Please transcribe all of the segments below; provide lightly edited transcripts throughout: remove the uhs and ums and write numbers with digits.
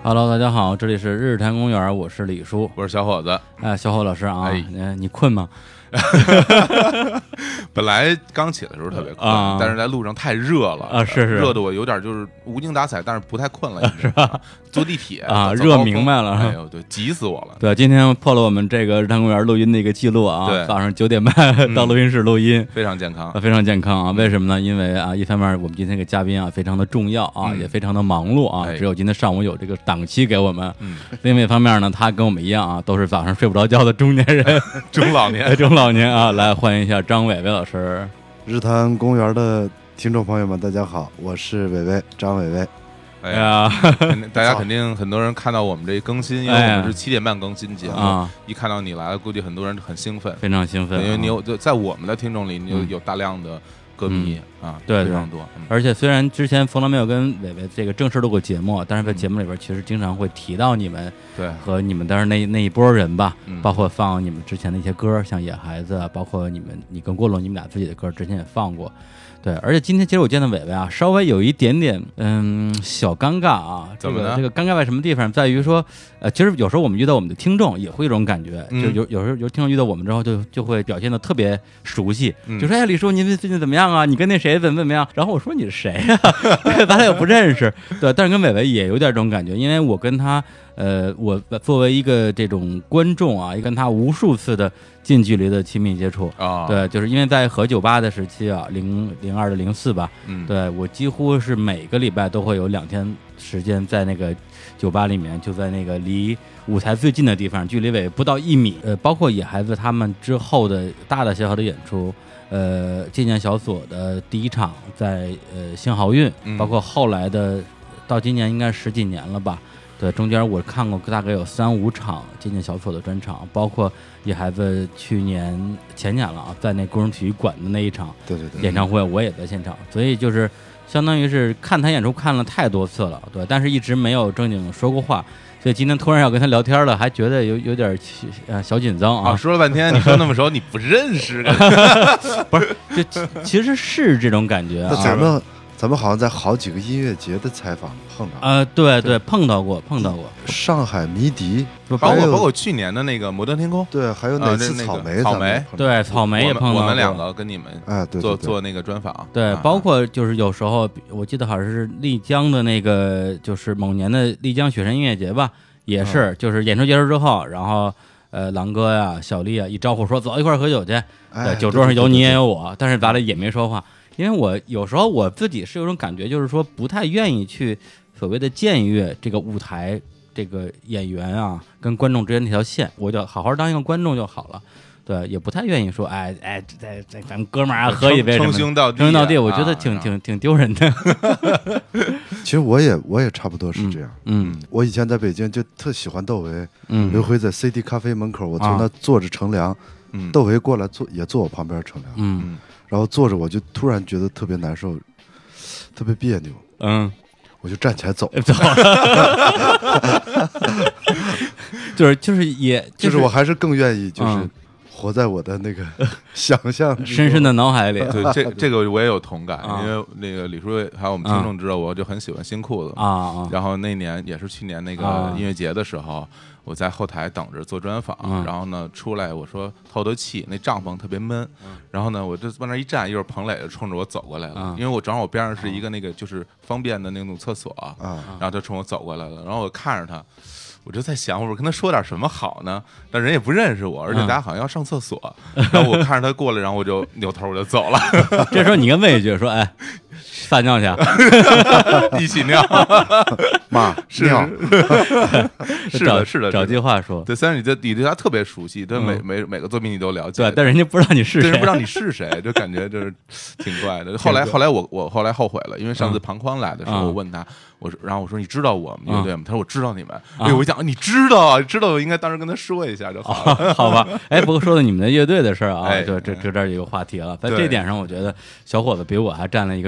Hello， 大家好，这里是日坛公园，我是李叔， 我是小伙子。 哎，小伙老师啊，你困吗？ 本来刚起来的时候特别困，但是在路上太热了啊，是热的我有点就是无精打采，但是不太困了，是吧？坐地铁啊，热明白了， 哎呦，对，急死我了。 对，今天破了我们这个日坛公园录音的一个记录啊， 对， 早上9点半到录音室录音， 非常健康， 非常健康啊。为什么呢？因为啊，一方面我们今天这个嘉宾啊非常的重要啊，也非常的忙碌啊，只有今天上午有这个档期给我们。另外一方面呢，他跟我们一样啊，都是早上睡不着觉的中年人， 中老年啊，来欢迎一下张伟伟老师。 日坛公园的听众朋友们，大家好，我是伟伟，张伟伟。 哎呀，大家肯定很多人看到我们这更新，因为我们是7点半更新节目，一看到你来了，估计很多人很兴奋， 非常兴奋， 因为你有就在我们的听众里，你有大量的歌迷啊， 对， 非常多。 而且虽然之前冯唐没有跟伟伟这个正式录过节目，但是在节目里边其实经常会提到你们， 对， 和你们当时那一波人吧，包括放你们之前的一些歌，像野孩子，包括你跟郭龙你们俩自己的歌，之前也放过。对，而且今天其实我见到伟伟啊，稍微有一点点小尴尬啊。 怎么呢？ 这个尴尬在什么地方？在于说，其实有时候我们遇到我们的听众也会有一种感觉，就有时候听众遇到我们之后就会表现的特别熟悉，就说哎，李叔您最近怎么样啊？你跟那谁怎么样？然后我说你是谁呀？咱俩又不认识，对。但是跟伟伟也有点这种感觉，因为我跟他。我作为一个这种观众啊，也跟他无数次的近距离的亲密接触啊， 对，就是因为在和酒吧的时期啊，02的04吧，对我几乎是每个礼拜都会有2天时间在那个酒吧里面，就在那个离舞台最近的地方，距离伟不到1米，包括野孩子他们之后的大小小的演出。纪念小所的第一场在新豪运，包括后来的到今年应该10几年了吧。对，中间我看过大概有3-5场纪念小所的专场，包括野孩子前年了啊，在那工人体育馆的那一场对演唱会，我也在现场，所以就是相当于是看他演出看了太多次了，对，但是一直没有正经说过话，所以今天突然要跟他聊天了，还觉得有点小紧张啊。 说了半天，你说那么熟，你不认识？ 不是，就其实是这种感觉啊。 那咱们好像在好几个音乐节的采访碰到对，碰到过。 上海迷笛， 包括去年的那个摩登天空， 对，还有哪次草莓， 对，草莓也碰到过。 我们2个跟你们做那个专访， 对，包括就是有时候我记得好像是丽江的那个，就是某年的丽江雪山音乐节吧，也是，就是演出结束之后，然后狼哥呀、小丽啊一招呼说走一块喝酒去，对，酒桌上有你也有我，但是咱俩也没说话。因为我有时候我自己是有种感觉，就是说不太愿意去所谓的僭越这个舞台这个演员啊跟观众之间那条线，我就好好当一个观众就好了。对，也不太愿意说在咱们哥们儿喝一杯什么称兄道弟，我觉得挺丢人的。 其实我也差不多是这样。我以前在北京就特喜欢窦唯，刘辉在 CD 咖啡门口，我从那坐着乘凉，窦唯过来坐我旁边乘凉，然后坐着我就突然觉得特别难受，特别别扭，我就站起来走，就是我还是更愿意就是活在我的那个想象深深的脑海里。 对，这个我也有同感，因为那个李叔还有我们听众知道，我就很喜欢新裤子啊。 然后那年也是去年那个音乐节的时候，我在后台等着做专访，然后呢出来我说透透气，那帐篷特别闷，然后呢我就往那一站，一会儿彭磊就冲着我走过来了，因为我正好我边上是一个那个就是方便的那种厕所然后他冲我走过来了，然后我看着他。我就在想，我跟他说点什么好呢？但人也不认识我，而且大家好像要上厕所。然后我看着他过来，然后我就扭头我就走了。 这时候你跟魏一句说：“哎，撒尿去， 一起尿， 妈尿，是的， 找句话说。 对，虽然你对他特别熟悉，对每个作品你都了解， 对，但人家不知道你是谁， 不知道你是谁，就感觉就是挺怪的。后来我后来后悔了，因为上次庞宽来的时候，我问他。然后我说你知道我们乐队吗？他说我知道你们。哎，我一想你知道我应该当时跟他说一下就好了， 好吧？哎，不过说到你们的乐队的事儿啊，就这有点一个话题了。在这点上，我觉得小伙子比我还占了一个便宜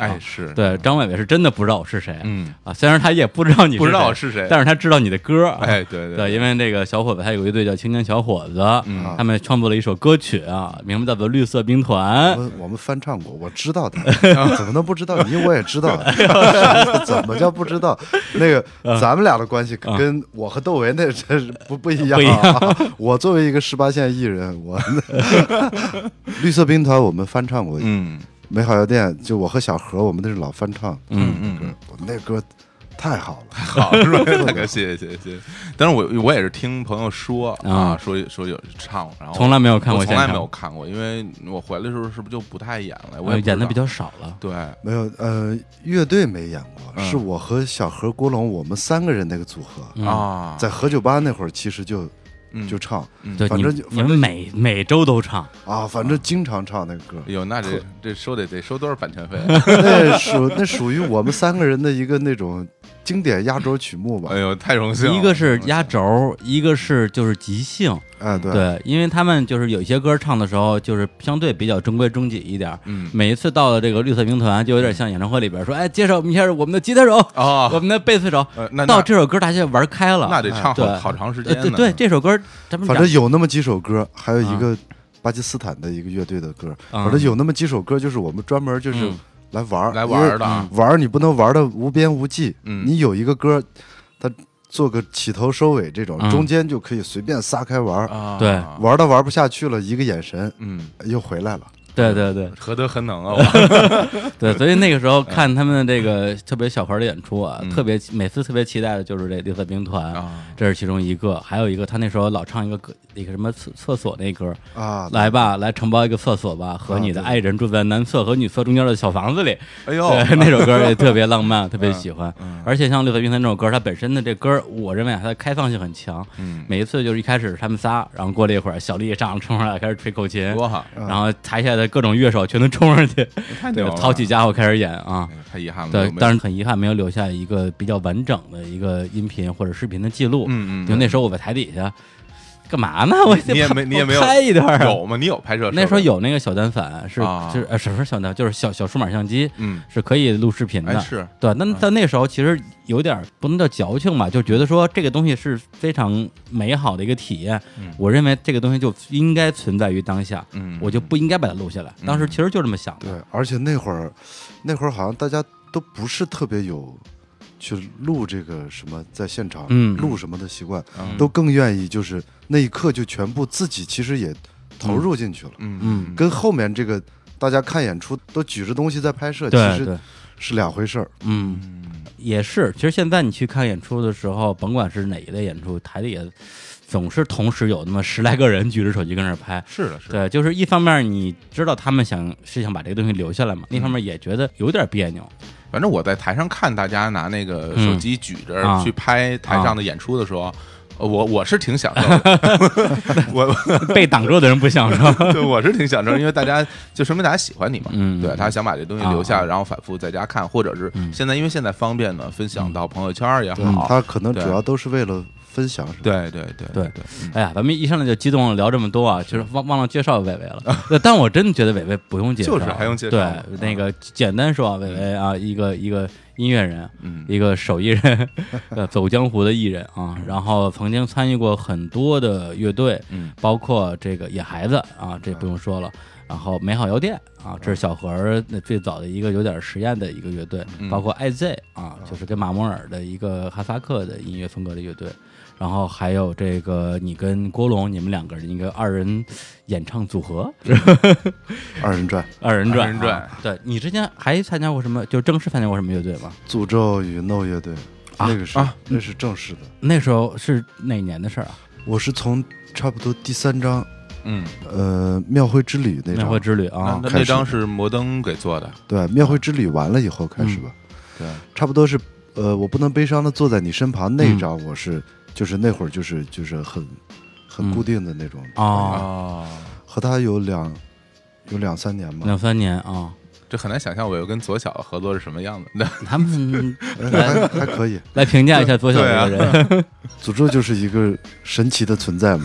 哎，是对，张伟伟是真的不知道我是谁，虽然他也不知道你不知道我是谁， 但是他知道你的歌， 哎，对， 因为这个小伙子他有个乐队叫青年小伙子，他们创作了一首歌曲啊，名字叫做《绿色兵团》， 我们翻唱过，我知道的，怎么能不知道？你我也知道，怎么叫不知道？那个咱们俩的关系跟我和窦唯那这是不一样啊！我作为一个18线艺人，我绿色兵团我们翻唱过，美好药店就我和小何，我们那是老翻唱，我那歌太好了， 太好了，是吧？大哥，谢谢。但是我也是听朋友说啊，说有唱，然后从来没有看过， 从来没有看过，因为我回来的时候是不是就不太演了？我演的比较少了。 对， 没有乐队没演过，是我和小何、郭龙我们3个人那个组合啊， 在何酒吧那会儿其实就唱， 对， 反正你们每周都唱啊，反正经常唱那个歌。 哟，那这收得收多少版权费？ 那属于我们3个人的一个那种经典压轴曲目吧。 哎呦，太荣幸了！ 一个是压轴，一个是就是即兴。对，因为他们就是有些歌唱的时候，就是相对比较中规中矩一点。每一次到了这个绿色兵团，就有点像演唱会里边说，哎，介绍一下我们的吉他手啊，我们的贝斯手。到这首歌大家玩开了， 那得唱好长时间呢。 对，这首歌咱们反正有那么几首歌，还有一个巴基斯坦的一个乐队的歌，反正有那么几首歌，就是我们专门就是来玩的， 玩你不能玩的无边无际，你有一个歌，它做个起头收尾这种，中间就可以随便撒开玩， 对， 玩到玩不下去了，一个眼神，又回来了。 对， 何德何能啊！ 对，所以那个时候看他们这个特别小孩的演出啊，每次特别期待的就是这绿色兵团，这是其中一个，还有一个他那时候老唱一个什么厕所那歌啊，来吧，来承包一个厕所吧，和你的爱人住在男厕和女厕中间的小房子里。 哎呦， 那首歌也特别浪漫，特别喜欢。而且像绿色兵团这首歌，它本身的这歌，我认为它的开放性很强。每一次就是一开始他们仨，然后过了一会儿，小丽冲上来开始吹口琴，然后台下的各种乐手全都冲上去，对，掏起家伙开始演啊！ 太遗憾了， 对，但是很遗憾没有留下一个比较完整的一个音频或者视频的记录。因为那时候我在台底下干嘛呢？ 你也没有拍一段有吗？你有拍摄？ 那时候有那个小单反，是什么小单，就是小数码相机，是可以录视频的。 是对，但那时候其实有点不能叫矫情吧，就觉得说这个东西是非常美好的一个体验。我认为这个东西就应该存在于当下，我就不应该把它录下来。当时其实就这么想的。 对，而且那会儿好像大家都不是特别有去录这个什么在现场录什么的习惯，都更愿意就是那一刻就全部自己其实也投入进去了。跟后面这个大家看演出都举着东西在拍摄，其实是两回事儿。 也是。其实现在你去看演出的时候，甭管是哪一类演出，台底下总是同时有那么10来个人举着手机跟那儿拍。 是的， 对，就是一方面你知道他们想把这个东西留下来嘛，另一方面也觉得有点别扭。 反正我在台上看大家拿那个手机举着去拍台上的演出的时候，我是挺享受的。我被挡住的人不享受， 对，我是挺享受，因为大家就说明大家喜欢你嘛。对，他想把这东西留下，然后反复在家看，或者是现在因为现在方便呢，分享到朋友圈也好， 他可能主要都是为了分享。 对。 哎呀，咱们一上来就激动了，聊这么多啊，就是忘了介绍伟伟了。但我真的觉得伟伟不用介绍， 就是还用介绍。 对，那个简单说啊，伟伟啊，一个音乐人，一个手艺人，走江湖的艺人啊，然后曾经参与过很多的乐队，包括这个野孩子啊，这不用说了。然后美好药店啊，这是小何最早的一个有点实验的一个乐队，包括 IZ 啊，就是跟马莫尔的一个哈萨克的音乐风格的乐队。然后还有这个你跟郭龙，你们2个人一个2人演唱组合， 二人转。 对，你之前还参加过什么？就正式参加过什么乐队吗？ 诅咒与 No 乐队，那是正式的。 那时候是哪年的事儿啊？ 我是从差不多第3章，庙会之旅那张。 庙会之旅啊， 那张是摩登给做的。 对，庙会之旅完了以后开始吧。 对， 差不多是我不能悲伤的坐在你身旁那张，我是。就是那会儿就是很固定的那种和他有2-3年吧 ，2-3年啊， 这很难想象我又跟左小合作是什么样子。 他们还可以来评价一下左小这个人。 诅咒就是一个神奇的存在嘛。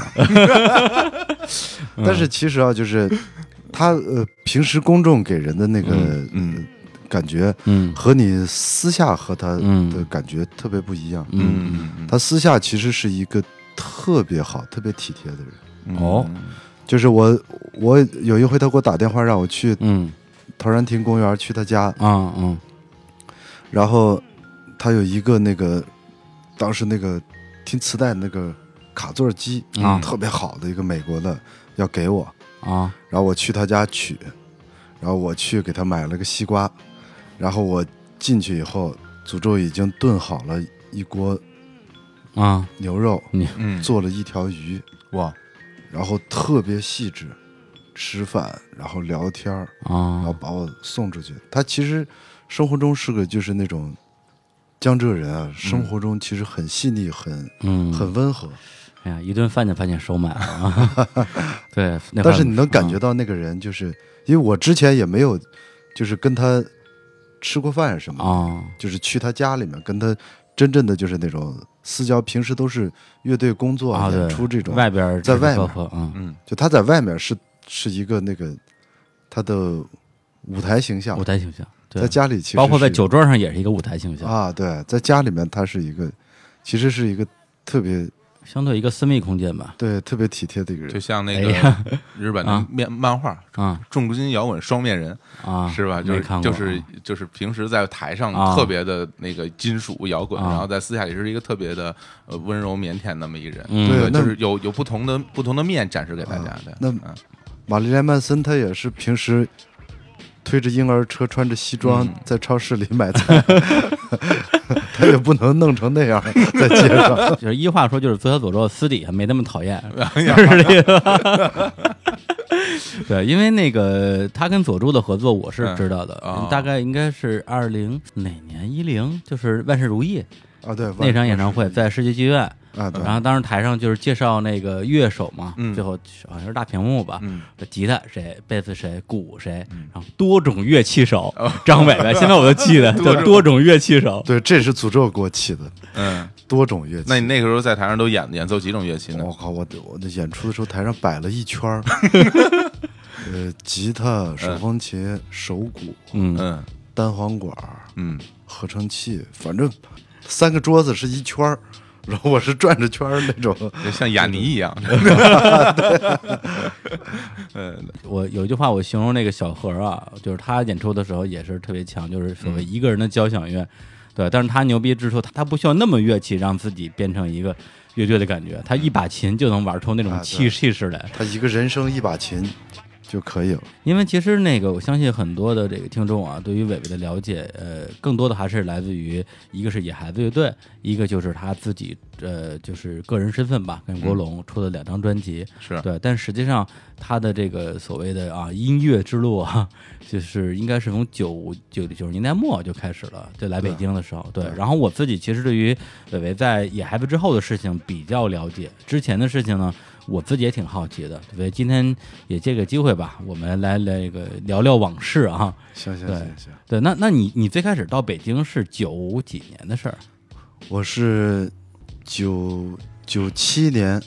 但是其实啊，就是他平时公众给人的那个感觉，和你私下和他的感觉特别不一样。他私下其实是一个特别好、特别体贴的人。就是我有一回他给我打电话让我去，陶然亭公园去他家，然后他有一个那个当时那个听磁带那个卡座机特别好的一个美国的要给我然后我去他家取，然后我去给他买了个西瓜，然后我进去以后，诅咒已经炖好了一锅牛肉，做了一条鱼， 哇， 然后特别细致，吃饭然后聊天然后把我送出去。他其实生活中是个就是那种江浙人啊，生活中其实很细腻，很温和。 哎呀，一顿饭就把你收买了啊！对， 但是你能感觉到那个人，就是因为我之前也没有，就是跟他吃过饭什么的，就是去他家里面跟他真正的就是那种私交，平时都是乐队工作、演出这种， 外边在外面，就他在外面是一个那个他的舞台形象，在家里其实包括在酒桌上也是一个舞台形象啊。对，在家里面他是一个，其实是一个特别。 相对一个私密空间吧， 对，特别体贴的一个人， 就像那个日本的漫画重金摇滚双面人是吧？就是平时在台上特别的那个金属摇滚，然后在私下里是一个特别的温柔腼腆那么一个人，对，就是有不同的面展示给大家的。 那玛丽莲曼森他也是平时推着婴儿车，穿着西装在超市里买菜，他也不能弄成那样在街上。 就是一话说，就是泽田佐助私底下没那么讨厌，是这个。对，因为那个他跟佐助的合作我是知道的，大概应该是20哪年10，就是万事如意对， 那场演唱会在世纪剧院。 然后当时台上就是介绍那个乐手嘛，最后好像是大屏幕吧，吉他谁，贝斯谁，鼓谁，然后多种乐器手张伟伟，现在我都记得叫多种乐器手。 对，这是诅咒给我起的，多种乐器。 那你那个时候在台上都演奏几种乐器呢？ 我靠，我的演出的时候台上摆了一圈吉他、手风琴、手鼓，单簧管，合成器，反正3个桌子是一圈然后我是转着圈那种， 像雅尼一样。 我有一句话我形容那个小何啊，就是他演出的时候也是特别强，就是所谓一个人的交响乐，对，但是他牛逼之处，他不需要那么乐器让自己变成一个乐队的感觉，他一把琴就能玩出那种气势来， 他一个人声一把琴就可以了。 因为其实那个我相信很多的这个听众啊，对于伟伟的了解，更多的还是来自于一个是野孩子乐队，一个就是他自己就是个人身份吧，跟国龙出了2张专辑， 是对，但实际上他的这个所谓的音乐之路啊，就是应该是从90年代末就开始了，就来北京的时候，对。然后我自己其实对于伟伟在野孩子之后的事情比较了解，之前的事情呢，我自己也挺好奇的，所以今天也借个机会吧，我们来那个聊聊往事啊。 行， 对，那你最开始到北京是90几年的事儿？ 我是1997年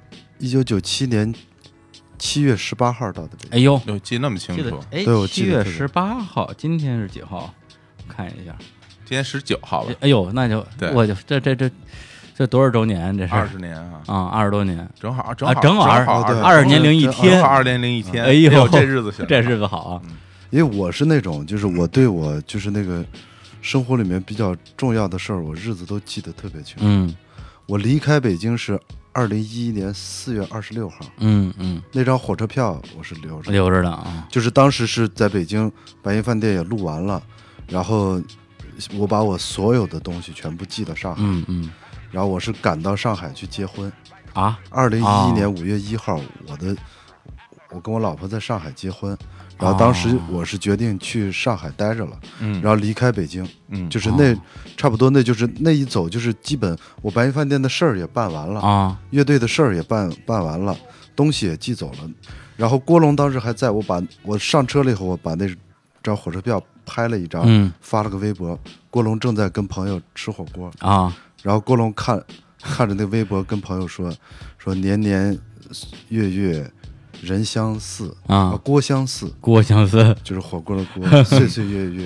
7月18号到的北京。 哎呦， 记那么清楚？ 对，我记得7月18号，今天是几号？我看一下， 今天19号了。 哎呦，那就我就这多少周年？这是 20年啊 ，20多年， 正好 20年零一天， 正好20年零一天。 哎呦， 这日子行， 这日子好啊！ 因为我是那种，就是我对我就是那个生活里面比较重要的事儿，我日子都记得特别清楚。我离开北京是2011年4月26号。那张火车票我是留着的啊，就是当时是在北京白银饭店也录完了，然后我把我所有的东西全部寄到上海。然后我是赶到上海去结婚啊。 2011年5月1号，我跟我老婆在上海结婚。然后当时我是决定去上海待着了，然后离开北京，就是差不多那就是那一走就是基本我白银饭店的事儿也办完了乐队的事儿也办完了，东西也寄走了，然后郭龙当时还在，我上车了以后，我把那张火车票拍了一张，发了个微博，郭龙正在跟朋友吃火锅然后郭龙看着那微博跟朋友说年年月月人相似郭相似就是火锅的锅， 岁岁月月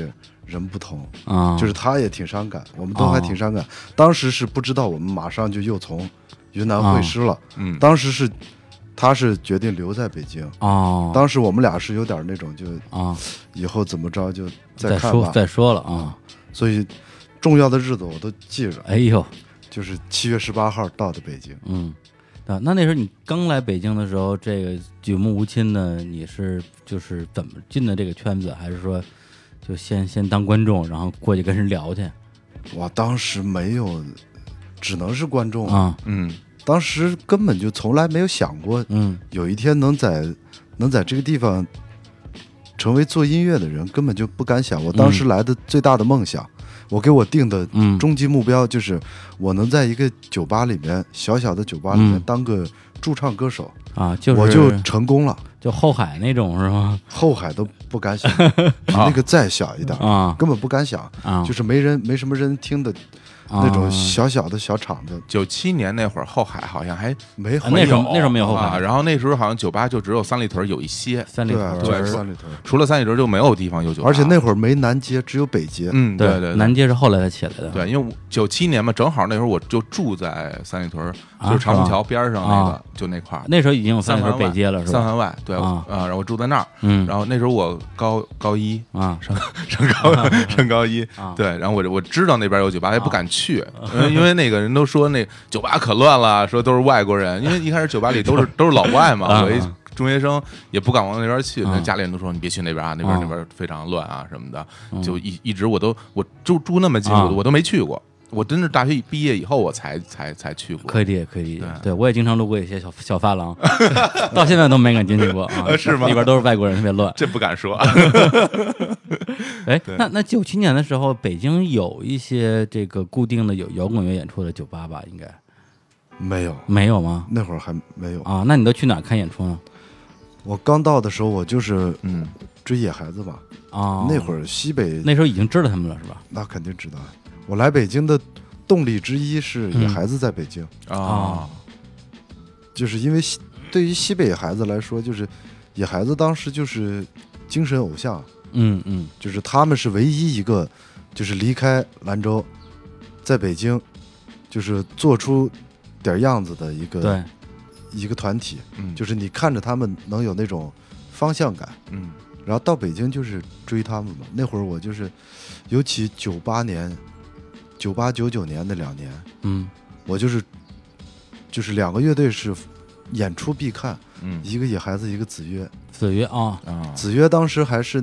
人不同啊，就是他也挺伤感，我们都还挺伤感。当时是不知道我们马上就又从云南会师了，当时他是决定留在北京当时我们俩是有点那种就以后怎么着就再看吧， 再说了啊， 所以重要的日子我都记着。 哎呦， 就是7月18号到的北京。 那时候你刚来北京的时候，这个举目无亲的，你是就是怎么进的这个圈子，还是说就先当观众，然后过去跟人聊去？ 我当时没有，只能是观众啊。当时根本就从来没有想过，有一天能在这个地方成为做音乐的人，根本就不敢想。我当时来的最大的梦想，我给我定的终极目标就是我能在一个酒吧里面，小小的酒吧里面当个驻唱歌手啊， 我就成功了。 就后海那种是吗？ 后海都不敢想，比那个再小一点啊，根本不敢想啊，就是没什么人听的。那种小小的小场子 ，97年那会儿后海好像还没有， 那时候没有后海， 然后那时候好像酒吧就只有三里屯有一些， 三里屯对三里屯， 除了三里屯就没有地方有酒吧， 而且那会儿没南街，只有北街。 对， 南街是后来才起来的。 对，因为97年嘛，正好那时候我就住在三里屯，就是长虹桥边上那个，就那块儿。 那时候已经有三里屯北街了，是吧？ 三环外，对然后我住在那儿，然后那时候我高一啊， 上高一，对，然后我知道那边有酒吧，也不敢去，因为那个人都说那酒吧可乱了，说都是外国人，因为一开始酒吧里都是老外嘛，我一中学生也不敢往那边去，家里人都说你别去那边啊，那边非常乱啊什么的，就一直我住那么近，我都没去过。我真是大学毕业以后我才去过。 可以理解，对我也经常路过一些小发廊，到现在都没敢进去过啊， 是吗？ 里边都是外国人，特别乱， 这不敢说。 哎，那97年的时候，北京有一些这个固定的有摇滚乐演出的酒吧吧？应该没有吗？ 那会儿还没有啊。那你都去哪儿看演出呢？ 我刚到的时候，我就是追野孩子吧啊。那会儿西北那时候已经知道他们了是吧？ 那肯定知道。我来北京的动力之一是野孩子在北京啊，就是因为对于西北野孩子来说，就是野孩子当时就是精神偶像，就是他们是唯一一个就是离开兰州，在北京就是做出点样子的一个团体，就是你看着他们能有那种方向感，然后到北京就是追他们嘛。那会儿我就是，尤其98年。98、99年那2年，我就是两个乐队是演出必看，一个野孩子，一个子曰啊， 子曰当时还是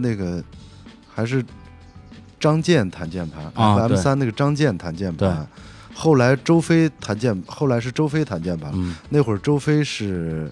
张健弹键盘，FM3那个张健弹键盘，后来是周飞弹键盘，那会儿周飞是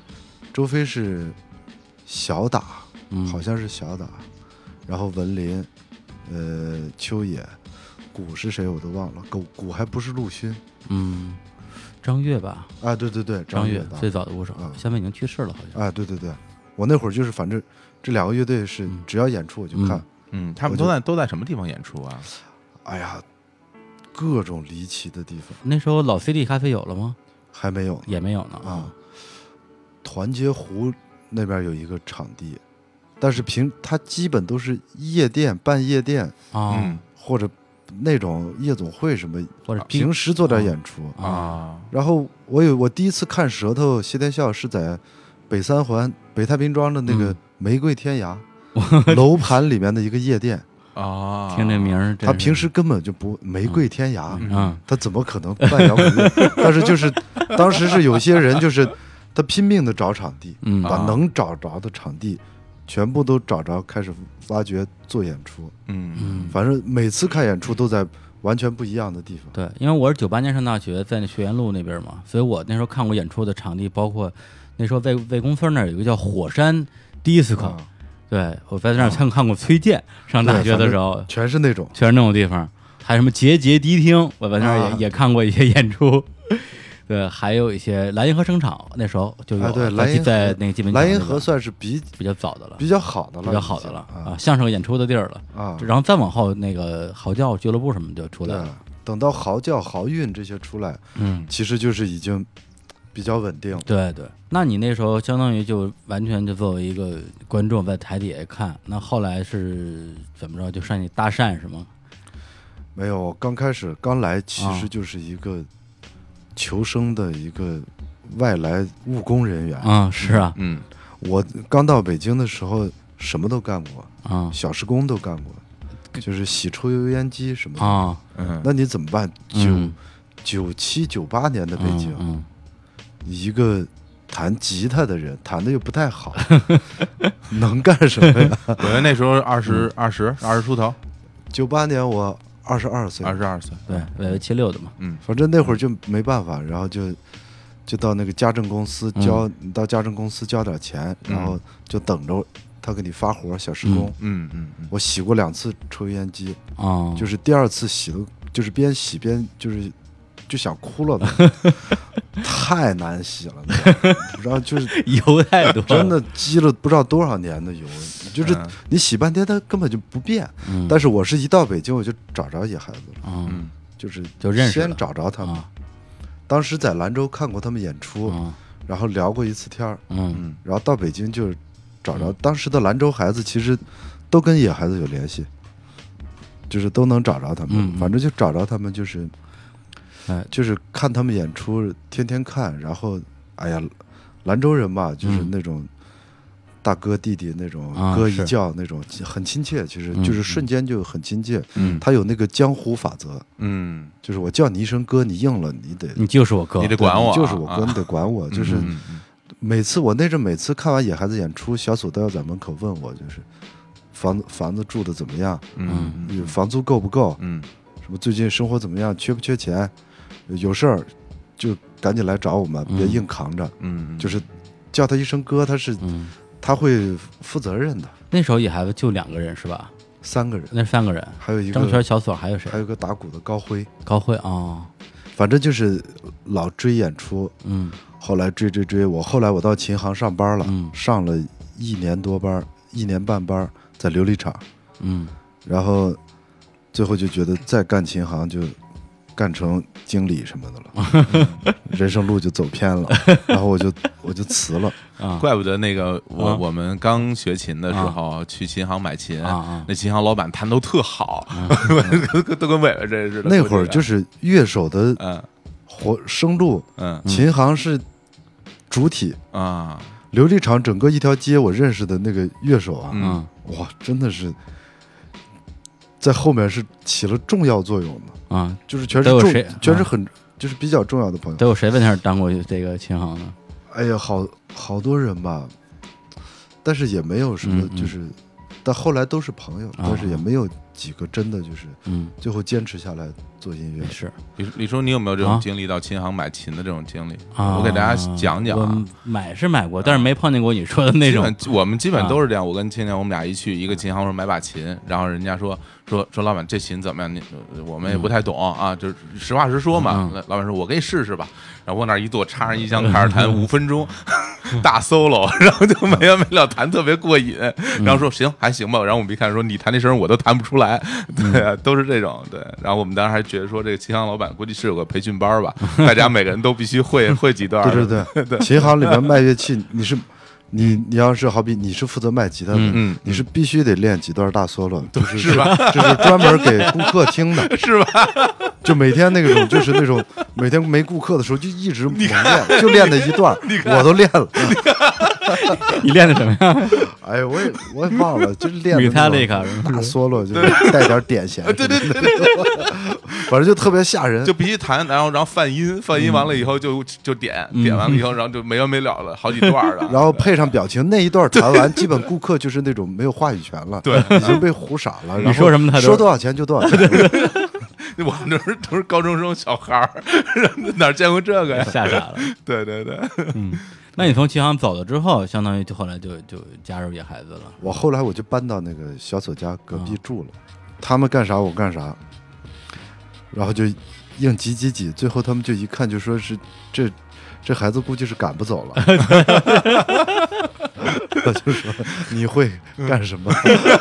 小打，好像是小打，然后文林，秋野。鼓是谁我都忘了，鼓还不是陆勋， 张悦吧？ 啊，对， 张悦最早的鼓手，现在已经去世了，好像。 啊，对，我那会儿就是反正这两个乐队是只要演出我就看， 他们都在什么地方演出啊？ 哎呀，各种离奇的地方。 那时候老 CD 咖啡有了吗？ 还没有， 也没有呢啊。团结湖那边有一个场地，但是它基本都是夜店、半夜店啊， 或者。那种夜总会什么， 或者平时做点演出啊。 然后我第一次看舌头谢天笑是在北三环北太平庄的那个玫瑰天涯楼盘里面的一个夜店啊。 听这名儿， 他平时根本就不玫瑰天涯，他怎么可能办摇滚乐？但是就是当时是有些人就是他拼命的找场地，把能找着的场地全部都找着，开始挖掘做演出。反正每次看演出都在完全不一样的地方。 对，因为我是98年上大学，在那学院路那边嘛，所以我那时候看过演出的场地，包括那时候魏公村那儿有一个叫火山 disco，对，我在那儿看过崔健，上大学的时候全是那种地方，还有什么节迪厅，我在那儿也看过一些演出。对，还有一些蓝银河声场，那时候就有。 对， 在那个基本蓝银河算是比较早的了， 比较好的了啊，相声演出的地儿了啊。然后再往后，那个嚎叫俱乐部什么就出来了。 等到嚎叫、豪运这些出来，其实就是已经比较稳定。 对，那你那时候相当于就完全就作为一个观众在台底下看，那后来是怎么着？就上去搭讪是吗？ 没有，刚开始刚来其实就是一个求生的一个外来务工人员啊，是啊， 我刚到北京的时候什么都干过啊，小时工都干过，就是洗抽油烟机什么的啊。那你怎么办？97、98年的北京，一个弹吉他的人弹的又不太好，能干什么呀？ 我觉得那时候20出头 ，98年我22岁 ，22岁， 对，76的嘛， 反正那会儿就没办法，然后就到那个家政公司到家政公司交点钱，然后就等着他给你发活，小时工。我洗过2次抽油烟机啊，就是第2次洗的，就是边洗边就想哭了吧，太难洗了，不知道就是油太多， 真的积了不知道多少年的油，就是你洗半天它根本就不变。但是我是一到北京我就找着野孩子了，就认识， 先找着他们。当时在兰州看过他们演出，然后聊过一次天儿，然后到北京就找着当时的兰州孩子，其实都跟野孩子有联系，就是都能找着他们，反正就找着他们，就是看他们演出，天天看，然后哎呀，兰州人嘛，就是那种大哥弟弟那种哥一叫那种很亲切，其实就是瞬间就很亲切。他有那个江湖法则，就是我叫你一声哥，你应了， 你就是我哥， 你得管我， 就是我哥，你得管我。就是每次看完野孩子演出，小左都要在门口问我，就是房子住的怎么样，房租够不够，什么最近生活怎么样，缺不缺钱，有事儿就赶紧来找我们，别硬扛着。就是叫他一声哥，他会负责任的。 那时候野孩子就2个人是吧？3个人，那是3个人， 还有一个张全、小锁，还有谁？ 还有个打鼓的高辉啊。 反正就是老追演出，后来追，后来我到琴行上班了，上了1年多班，1年半班，在琉璃厂，然后最后就觉得再干琴行就干成经理什么的了，人生路就走偏了，然后我就辞了。 怪不得那个我们刚学琴的时候去琴行买琴，那琴行老板弹都特好，都跟伟伟这似的。 那会儿就是乐手的生路，琴行是主体啊。琉璃厂整个一条街，我认识的那个乐手啊，哇，真的是在后面是起了重要作用的啊，就是全是很就是比较重要的朋友。 都有谁在那儿当过这个琴行呢？ 哎呀，好多人吧，但是也没有什么，但后来都是朋友，但是也没有几个真的就是最后坚持下来做音乐。 是， 李叔，你有没有这种经历到琴行买琴的这种经历？我给大家讲讲。 我买是买过，但是没碰见过你说的那种。 我们基本都是这样。我跟青年我们俩一去一个琴行说买把琴，然后人家说老板这琴怎么样？我们也不太懂啊，就是实话实说嘛。老板说我给你试试吧，然后往那儿一坐，插上音箱开始弹5分钟大 solo， 然后就没完没了弹，特别过瘾。然后说行还行吧，然后我们一看说你弹那声我都弹不出来，对啊，都是这种对。然后我们当时还觉得说这个琴行老板估计是有个培训班吧，大家每个人都必须会几段。 对，琴行里面卖乐器，你要是好比你是负责卖吉他的，你是必须得练几段大 solo， 是吧？ 这是专门给顾客听的， 是吧？ 就每天那种就是那种每天没顾客的时候就一直猛练，就练那一段，我都练了。 你练的什么呀？ 哎呀，我也忘了，就是练的大 solo， 就是带点点弦，对，反正就特别吓人， 就必须弹，然后泛音完了以后就点完了以后，然后就没完没了了好几段了， 然后配上表情，那一段弹完，基本顾客就是那种没有话语权了， 对， 已经被唬傻了。 你说什么他说多少钱就多少钱。 我们都是高中生小孩儿，哪见过这个呀？ 吓傻了。 对， 那你从琴行走了之后，相当于就后来就加入野孩子了。 我后来我就搬到那个小左家隔壁住了，他们干啥我干啥，然后就硬挤，最后他们就一看就说是这孩子估计是赶不走了。我就说你会干什么？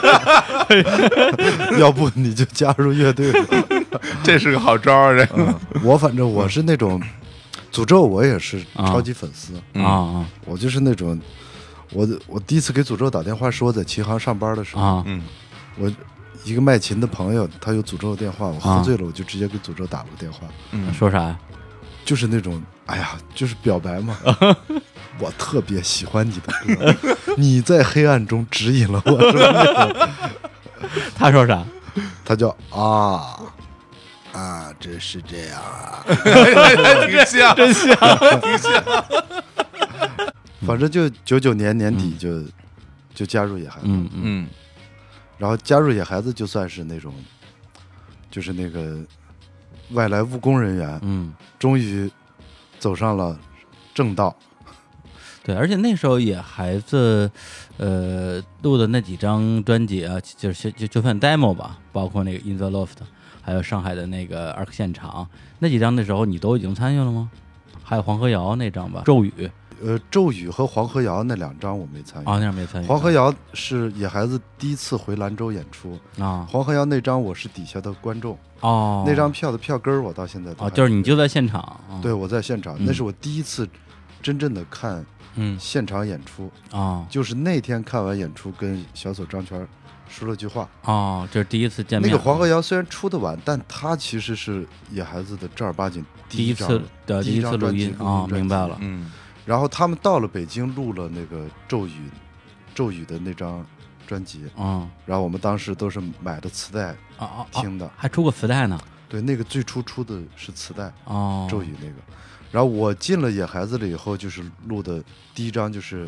要不你就加入乐队吧。 这是个好招啊！ 反正我是那种诅咒，我也是超级粉丝啊！我就是那种，我第一次给诅咒打电话，是我在琴行上班的时候， 一个卖琴的朋友，他有诅咒的电话，我喝醉了，我就直接给诅咒打了个电话。 说啥呀？ 就是那种，哎呀，就是表白嘛。我特别喜欢你的歌，你在黑暗中指引了我，是吧？ 他说啥？ 他叫真是这样啊， 挺像， 真像， 挺像。 反正就99年年底就加入野孩子，然后加入野孩子就算是那种，就是那个外来务工人员，终于走上了正道。 对，而且那时候野孩子，录的那几张专辑啊，就算 demo 吧，包括那个 In the Loft， 还有上海的那个ARK现场那几张，那时候你都已经参与了吗？还有黄河谣那张吧，咒语。 咒语和黄河谣那2张我没参与。 那张没参与。 黄河谣是野孩子第一次回兰州演出啊。黄河谣那张我是底下的观众那张票的票根我到现在都就是你就在现场。 对，我在现场，那是我第一次真正的看现场演出就是那天看完演出跟小手张全说了句话这是第一次见面。 那个黄河谣虽然出的晚，但它其实是野孩子的正儿八经第一次录音明白了。 然后他们到了北京录了那个咒语的那张专辑然后我们当时都是买的磁带听的， 还出过磁带呢。 对，那个最初出的是磁带咒语那个。然后我进了野孩子了以后，就是录的第一张就是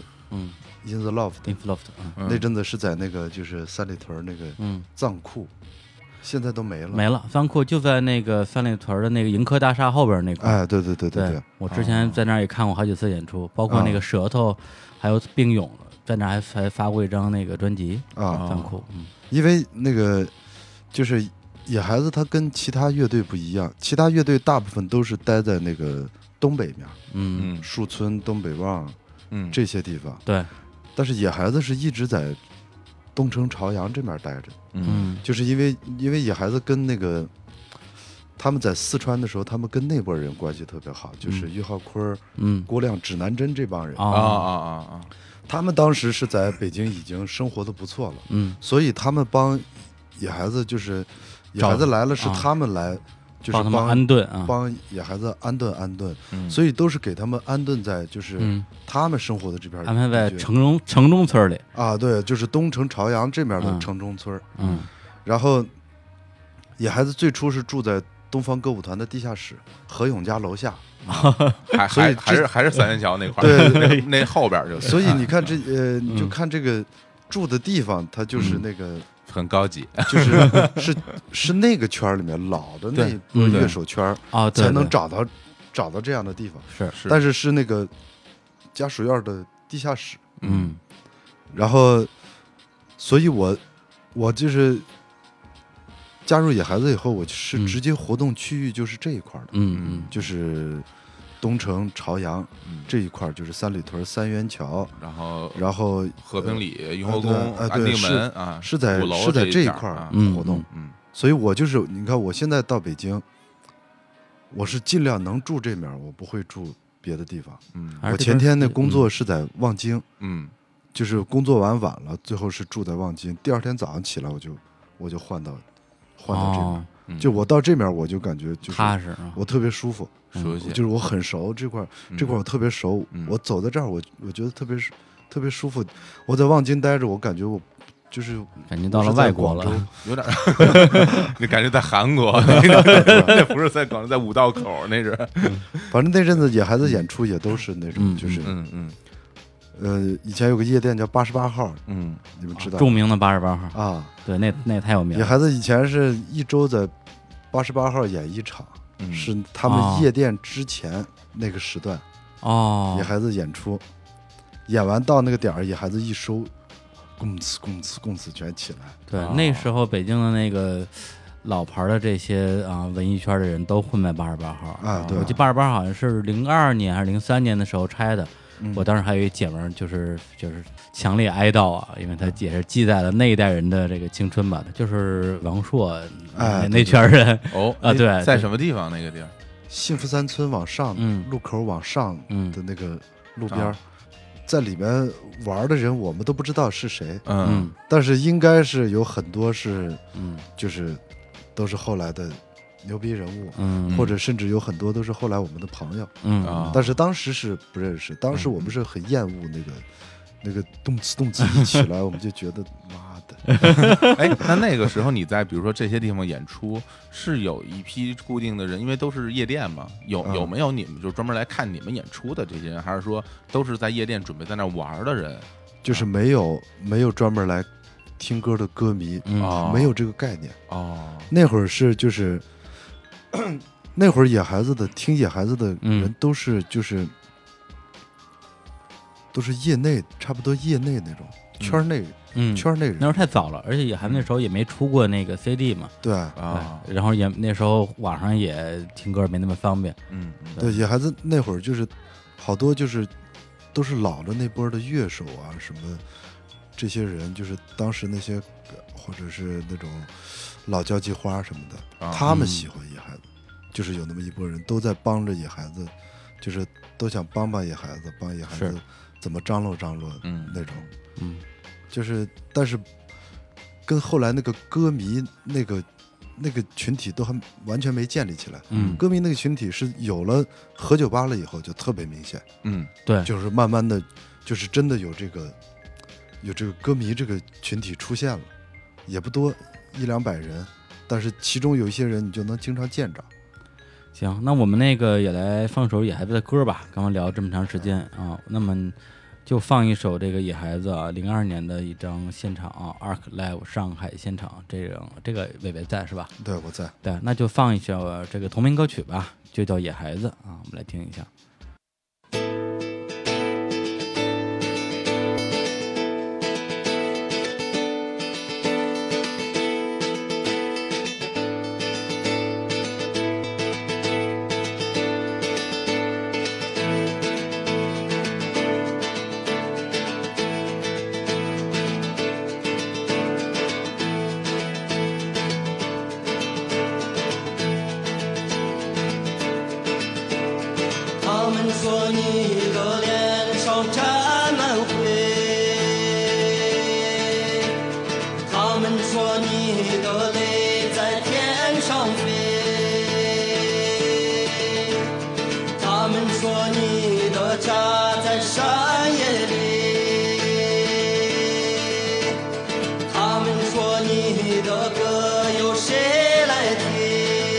In the Loft， 那阵子是在那个就是三里屯那个藏库，现在都没了。 仓库就在那个三里屯的那个盈科大厦后边那块。 对， 我之前在那儿也看过好几次演出，包括那个舌头还有并勇在那儿还发过一张那个专辑仓库。 因为那个就是野孩子他跟其他乐队不一样，其他乐队大部分都是待在那个东北面树村、东北旺这些地方。 对， 但是野孩子是一直在东城朝阳这面待着。就是因为野孩子跟那个他们在四川的时候，他们跟那波人关系特别好，就是俞浩坤、郭亮、指南针这帮人他们当时是在北京已经生活的不错了，所以他们帮野孩子，就是野孩子来了是他们来，就是帮他们安顿帮野孩子安顿，所以都是给他们安顿在就是他们生活的这边， 安排在城中村里对，就是东城朝阳这面的城中村。然后野孩子最初是住在东方歌舞团的地下室何勇家楼下， 还是三元桥那块对那后边就。 所以你看你就看这个住的地方，它就是那个很高级， 是那个圈里面老的那个乐手圈才能找到这样的地方。 是， 但是那个家属院的地下室。然后，所以我就是加入野孩子以后，我是直接活动区域就是这一块的，就是东城朝阳这一块，就是三里屯、三元桥，然后和平里、雍和宫、安定门是在这一块活动。所以我就是你看，我现在到北京，我是尽量能住这面，我不会住别的地方。我前天那工作是在望京，就是工作晚了，最后是住在望京。第二天早上起来，我就换到这边，就我到这边我就感觉就是踏实， 我特别舒服，就是我很熟这块我特别熟，我走在这儿我觉得特别舒服。我在望京待着，我感觉我就是感觉到了外国了， 有点你感觉在韩国，那不是在广州，在五道口那是。 反正那阵子野孩子演出也都是那种，就是以前有个夜店叫88号，你们知道？ 著名的88号啊， 对，那太有名了。 野孩子以前是一周在88号演一场，是他们夜店之前那个时段野孩子演出，演完到那个点儿，野孩子一收，公司全起来。 对，那时候北京的那个老牌的这些文艺圈的人都混在88号对， 我记得88号好像是02年还是03年的时候拆的。我当时还有一姐们儿，就是强烈哀悼因为他也是记载了那一代人的这个青春吧，就是王朔那圈人对， 在什么地方？那个地方， 幸福三村往上，路口往上的那个路边， 在里面玩的人，我们都不知道是谁，但是应该是有很多是，就是都是后来的牛逼人物，或者甚至有很多都是后来我们的朋友，但是当时是不认识，当时我们是很厌恶那个动词一起来，我们就觉得妈的， 哎，那个时候你在比如说这些地方演出，是有一批固定的人，因为都是夜店嘛，有没有你们就专门来看你们演出的这些人，还是说都是在夜店准备在那玩的人？ 就是没有专门来听歌的歌迷，没有这个概念。那会儿是就是那会儿听野孩子的人都是都是业内，差不多业内那种圈内人。 那时候太早了，而且野孩子那时候也没出过那个 CD 嘛。 对然后也那时候网上也听歌没那么方便。 对，野孩子那会儿就是好多就是都是老的那波的乐手啊，什么这些人，就是当时那些或者是那种老交际花什么的，他们喜欢野孩子，就是有那么一波人都在帮着野孩子，就是都想帮野孩子，帮野孩子怎么张罗那种，就是但是跟后来那个歌迷那个群体都还完全没建立起来。歌迷那个群体是有了和酒吧了以后就特别明显。 对， 就是慢慢的，就是真的有这个歌迷这个群体出现了，也不多，100-200人，但是其中有一些人你就能经常见着。 行，那我们那个也来放首野孩子的歌吧。刚刚聊这么长时间啊，那么就放一首这个野孩子啊，02年的一张现场啊 ，Arc Live 上海现场，这个伟伟在是吧？ 对，我在。 对，那就放一首这个同名歌曲吧，就叫《野孩子》啊，我们来听一下。 说你的脸上沾满灰，他们说你的泪在天上飞，他们说你的家在山野里，他们说你的歌由谁来听。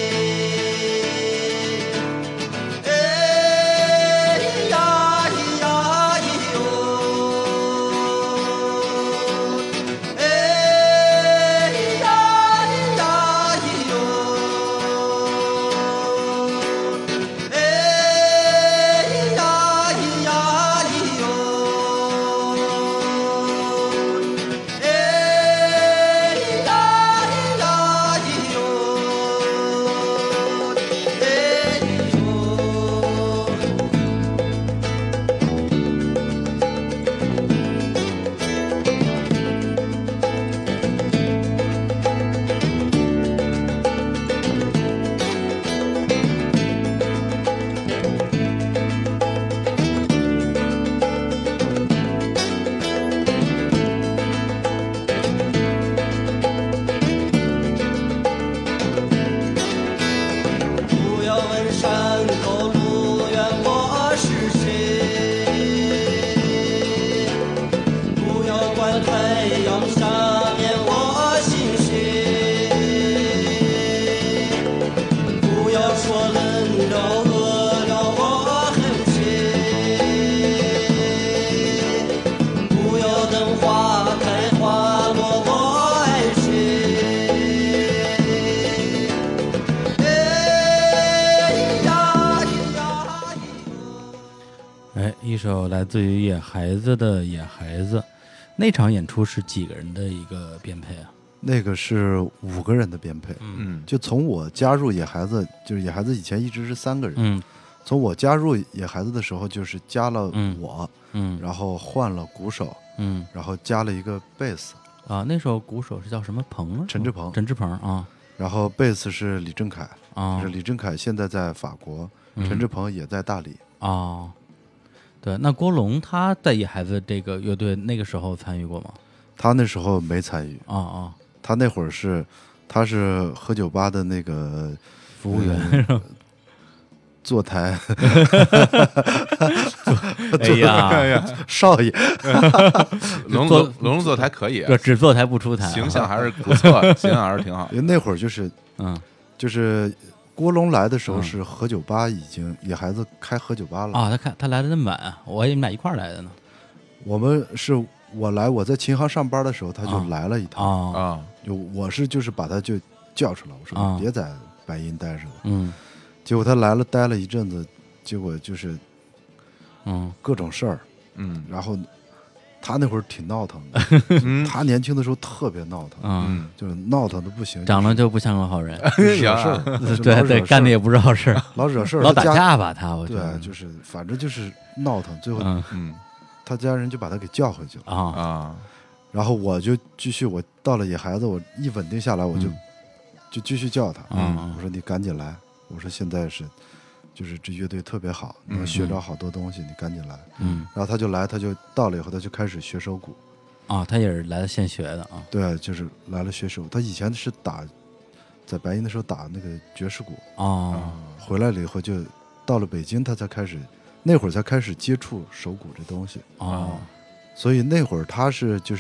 一首来自于野孩子的《野孩子》，那场演出是几个人的一个编配啊？ 那个是5个人的编配，就从我加入野孩子，就是野孩子以前一直是3个人，从我加入野孩子的时候，就是加了我，然后换了鼓手，然后加了一个贝斯啊，那时候鼓手是叫什么鹏？ 陈志鹏啊， 然后贝斯是李正凯啊， 是李正凯现在在法国，陈志鹏也在大理啊。 对，那郭龙他在野孩子这个乐队那个时候参与过吗？ 他那时候没参与啊， 他那会儿他是喝酒吧的那个服务员， 坐台， 哎呀， 少爷， 龙坐台可以， 只坐台不出台， 形象还是不错，形象还是挺好。 因为那会儿就是郭龙来的时候是喝酒吧已经野孩子开喝酒吧了啊，他来的那么晚，我以为你俩一块儿来的呢。 我在琴行上班的时候，他就来了一趟啊， 就是把他就叫出来，我说你别在白银待着了，结果他来了，待了一阵子，结果就是各种事儿，然后他那会儿挺闹腾的，他年轻的时候特别闹腾，就是闹腾的不行， 长得就不像个好人， 惹事儿， 对，干的也不知道事儿， 老惹事儿， 老打架吧我觉得对，就是反正就是闹腾，最后他家人就把他给叫回去了啊， 然后我就继续，我到了野孩子，我一稳定下来，我就继续叫他，我说你赶紧来，我说现在就是这乐队特别好，能学着好多东西，你赶紧来，然后他就来，他就到了以后，他就开始学手鼓， 他也是来了现学的啊， 对，就是来了学手鼓，他以前是在白银的时候打那个爵士鼓回来了以后就到了北京，他才开始。那会儿才开始接触手鼓这东西所以那会儿他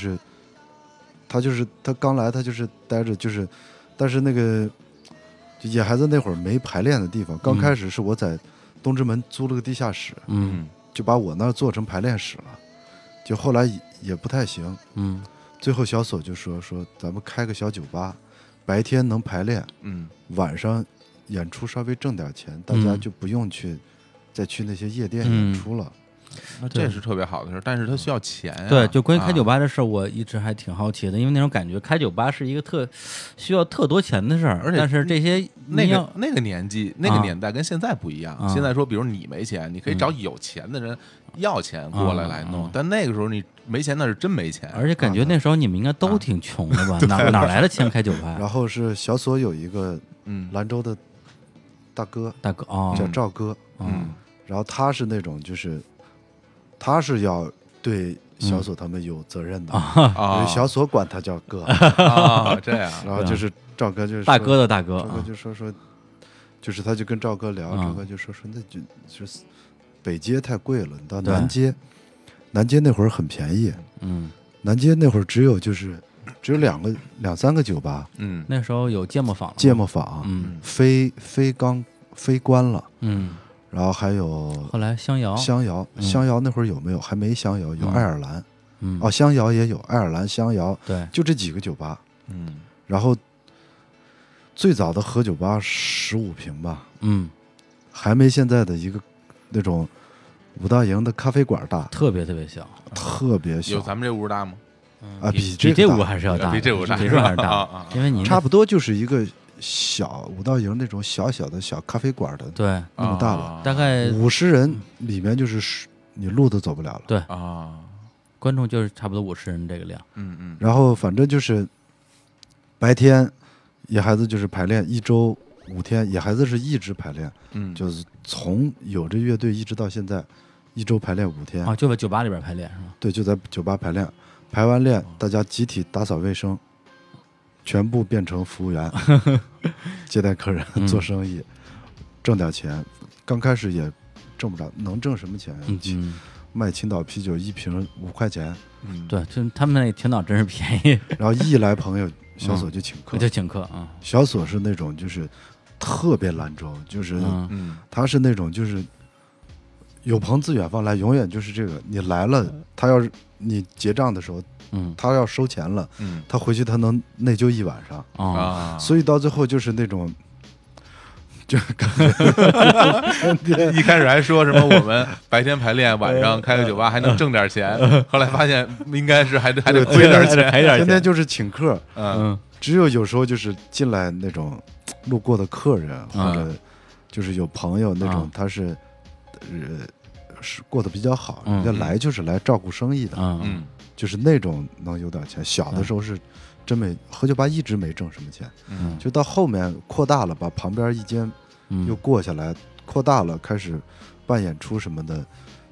刚来，他就是待着，就是，但是那个就野孩子那会儿没排练的地方，刚开始是我在东直门租了个地下室，就把我那儿做成排练室了，就后来也不太行，最后小索就说咱们开个小酒吧，白天能排练，晚上演出稍微挣点钱，大家就不用再去那些夜店演出了， 那这是特别好的事，但是它需要钱呀。 对，就关于开酒吧的事儿，我一直还挺好奇的，因为那种感觉开酒吧是一个需要特多钱的事儿， 而且但是这些那个年纪那个年代跟现在不一样。现在说，比如你没钱，你可以找有钱的人要钱过来弄，但那个时候你没钱，那是真没钱。 而且感觉那时候你们应该都挺穷的吧？哪来的钱开酒吧？ 然后是小索有一个兰州的大哥叫赵哥，然后他是那种就是他是要对小索他们有责任的，因为小索管他叫哥这样。 然后就是赵哥就是大哥的大哥， 赵哥就说就是他就跟赵哥聊，赵哥就说那就是北街太贵了，你到南街那会儿很便宜，南街那会儿只有两三个酒吧， 那时候有芥末坊， 非关了，然后还有后来香窑那会儿有没有？还没香窑，有爱尔兰，香窑也有，爱尔兰香窑， 对， 就这几个酒吧，然后最早的喝酒吧15平吧，还没现在的一个那种五大营的咖啡馆大， 特别特别小， 特别小， 有咱们这屋大吗？ 比这屋还是要大， 比这屋大， 比这屋还是大，因为你差不多就是一个小五道营那种小小的小咖啡馆的， 对， 那么大了， 大概 50人，里面就是你路都走不了了， 对观众就是差不多50人这个量， 然后反正就是白天野孩子就是排练，一周5天，野孩子是一直排练，就是从有这乐队一直到现在，一周排练5天就在酒吧里边排练是吗？ 对，就在酒吧排练，排完练大家集体打扫卫生，全部变成服务员接待客人做生意，挣点钱，刚开始也挣不着，能挣什么钱卖青岛啤酒1瓶5块钱， 对，就他们那青岛真是便宜， 然后一来朋友小索就请客，小索是那种就是特别兰州，就是他是那种就是有朋自远方来，永远就是这个，你来了，他要是你结账的时候，他要收钱了，他回去他能内疚1晚上所以到最后就是那种，就是感觉一开始还说什么我们白天排练，晚上开个酒吧还能挣点钱，后来发现应该是还得亏点钱， 天天就是请客，只有时候就是进来那种路过的客人，或者就是有朋友那种，他是过得比较好，人家来就是来照顾生意的，就是那种能有点钱。小的时候是真没喝酒吧，一直没挣什么钱，就到后面扩大了，把旁边一间又过下来，扩大了，开始办演出什么的，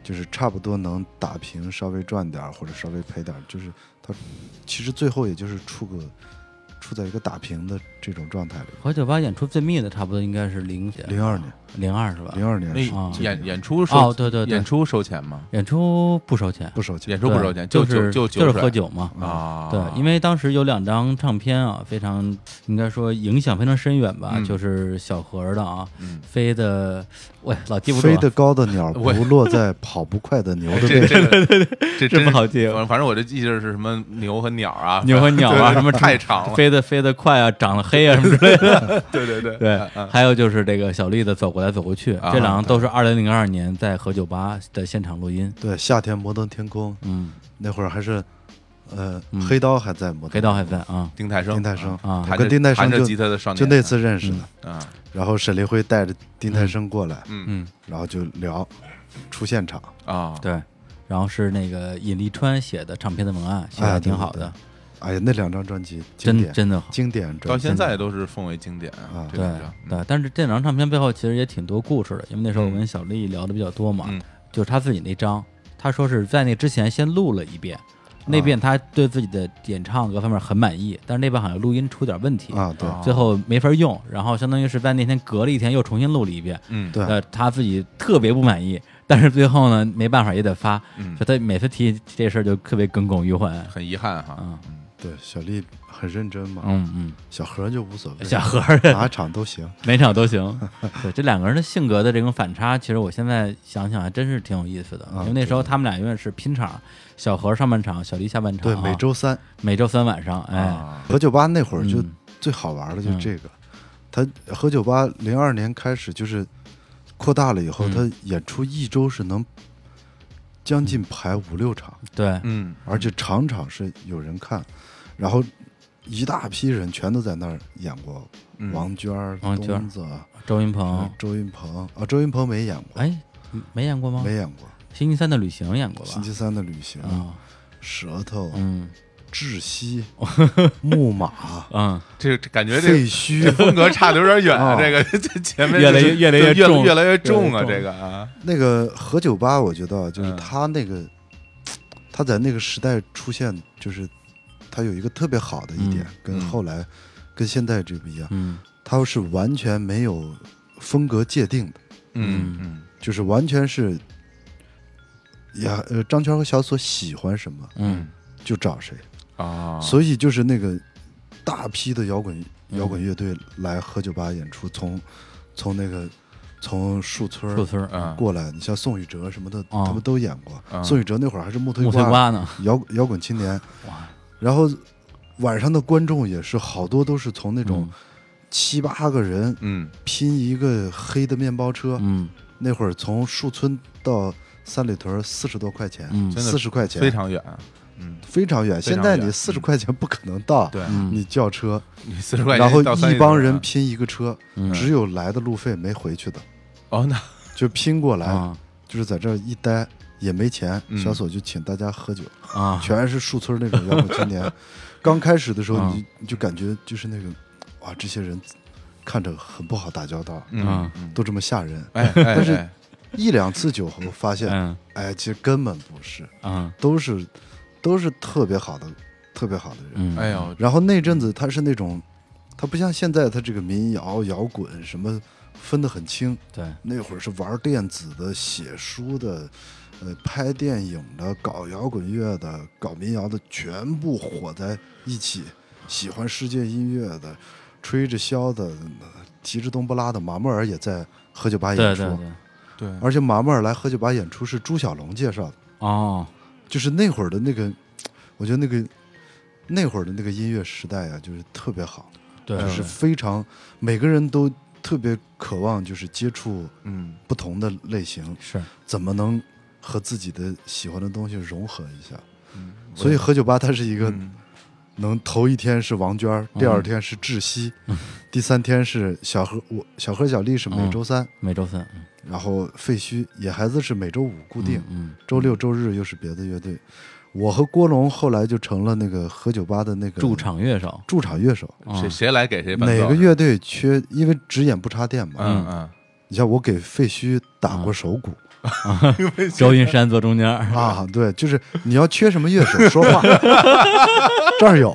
就是差不多能打平，稍微赚点或者稍微赔点，就是他其实最后也就是处在一个打平的这种状态里。 和酒吧演出最密的差不多应该是02年，02是吧 ？02年是演出对， 演出收钱吗？ 演出不收钱， 演出不收钱， 就是喝酒嘛啊。 对，因为当时有2张唱片啊，非常应该说影响非常深远吧，就是小何的啊，飞的，喂，老记不住。 飞得高的鸟不落在跑不快的牛的背上。 这不好记。 反正我这记着是什么牛和鸟啊， 什么太长了， 飞得快啊，长得黑啊什么之类的。 对， 还有就是这个小丽的走过来走过去，这2张都是2002年在和酒吧的现场录音。 对，夏天摩登天空，那会儿还是黑刀还在， 黑刀还在啊， 丁太升啊，跟丁太升就那次认识的啊。 然后沈立辉带着丁太升过来，然后就聊出现场啊， 对，然后是那个尹立川写的唱片的文案，写的挺好的。 哎呀，那2张专辑真的经典， 到现在都是奉为经典啊。 对，但是这2张唱片背后其实也挺多故事的，因为那时候我跟小丽聊的比较多嘛，就是他自己那张，他说是在那之前先录了一遍，那遍他对自己的演唱各方面很满意，但是那边好像录音出点问题啊，对， 最后没法用，然后相当于是在那天隔了1天又重新录了一遍， 对， 他自己特别不满意，但是最后呢没办法也得发，所以他每次提这事儿就特别耿耿于怀， 很遗憾哈。 对，小丽很认真嘛，小何就无所谓， 小何哪场都行， 每场都行。对，这2个人的性格的这种反差，其实我现在想想还真是挺有意思的，因为那时候他们俩永远是拼场，小何上半场，小丽下半场， 对，每周三晚上，哎，和酒吧那会儿就最好玩的就是这个，他和酒吧02年开始就是扩大了以后，他演出1周是能将近排5-6场， 对， 而且场场是有人看，然后一大批人全都在那儿演过，王娟、东子、 周云鹏啊，周云鹏没演过， 哎，没演过吗？ 没演过， 星期三的旅行演过吧？ 星期三的旅行舌头，窒息，木马， 这感觉废墟风格差的有点远，这个这前面越来越重啊，这个啊， 那个和酒吧，我觉得就是他那个他在那个时代出现，就是他有一个特别好的一点，跟后来跟现在这不一样，他是完全没有风格界定的，就是完全是张全和小锁喜欢什么，就找谁。所以就是那个大批的摇滚乐队来和酒吧演出，从树村过来，你像宋雨哲什么的，他们都演过。宋雨哲那会儿还是木推瓜呢， 摇滚青年。然后晚上的观众也是好多都是从那种7-8个人，拼一个黑的面包车，那会儿从树村到三里屯40多块钱，40块钱， 非常远。 非常远。现在你40块钱不可能到， 对， 你叫车， 你40块钱， 然后一帮人拼一个车，只有来的路费没回去的， 那就拼过来，就是在这一待也没钱，小锁就请大家喝酒全是树村那种摇滚青年。刚开始的时候，你就感觉就是那个哇，这些人看着很不好打交道，都这么吓人，但是1-2次酒后发现，其实根本不是，都是特别好的人， 哎呦， 然后那阵子他是那种，他不像现在他这个民谣摇滚什么分得很清， 对， 那会儿是玩电子的、写书的、拍电影的、搞摇滚乐的、搞民谣的，全部火在一起。喜欢世界音乐的、吹着箫的、提着冬不拉的，马木尔也在和酒吧演出， 对， 而且马木尔来和酒吧演出是朱小龙介绍的，就是那会儿的那个，我觉得那会儿的那个音乐时代啊，就是特别好， 对， 就是非常每个人都特别渴望就是接触不同的类型， 是怎么能和自己的喜欢的东西融合一下，所以和酒吧它是一个能头一天是王娟，第2天是窒息，第3天是小何小丽是每周三，然后废墟野孩子是每周5固定，周6周日又是别的乐队。我和郭龙后来就成了那个和酒吧的那个驻场乐手， 驻场乐手， 谁来给谁伴奏？ 哪个乐队缺，因为只演不插电嘛， 你像我给废墟打过手鼓。 赵云山坐中间啊，对，就是你要缺什么乐手说话，这儿有，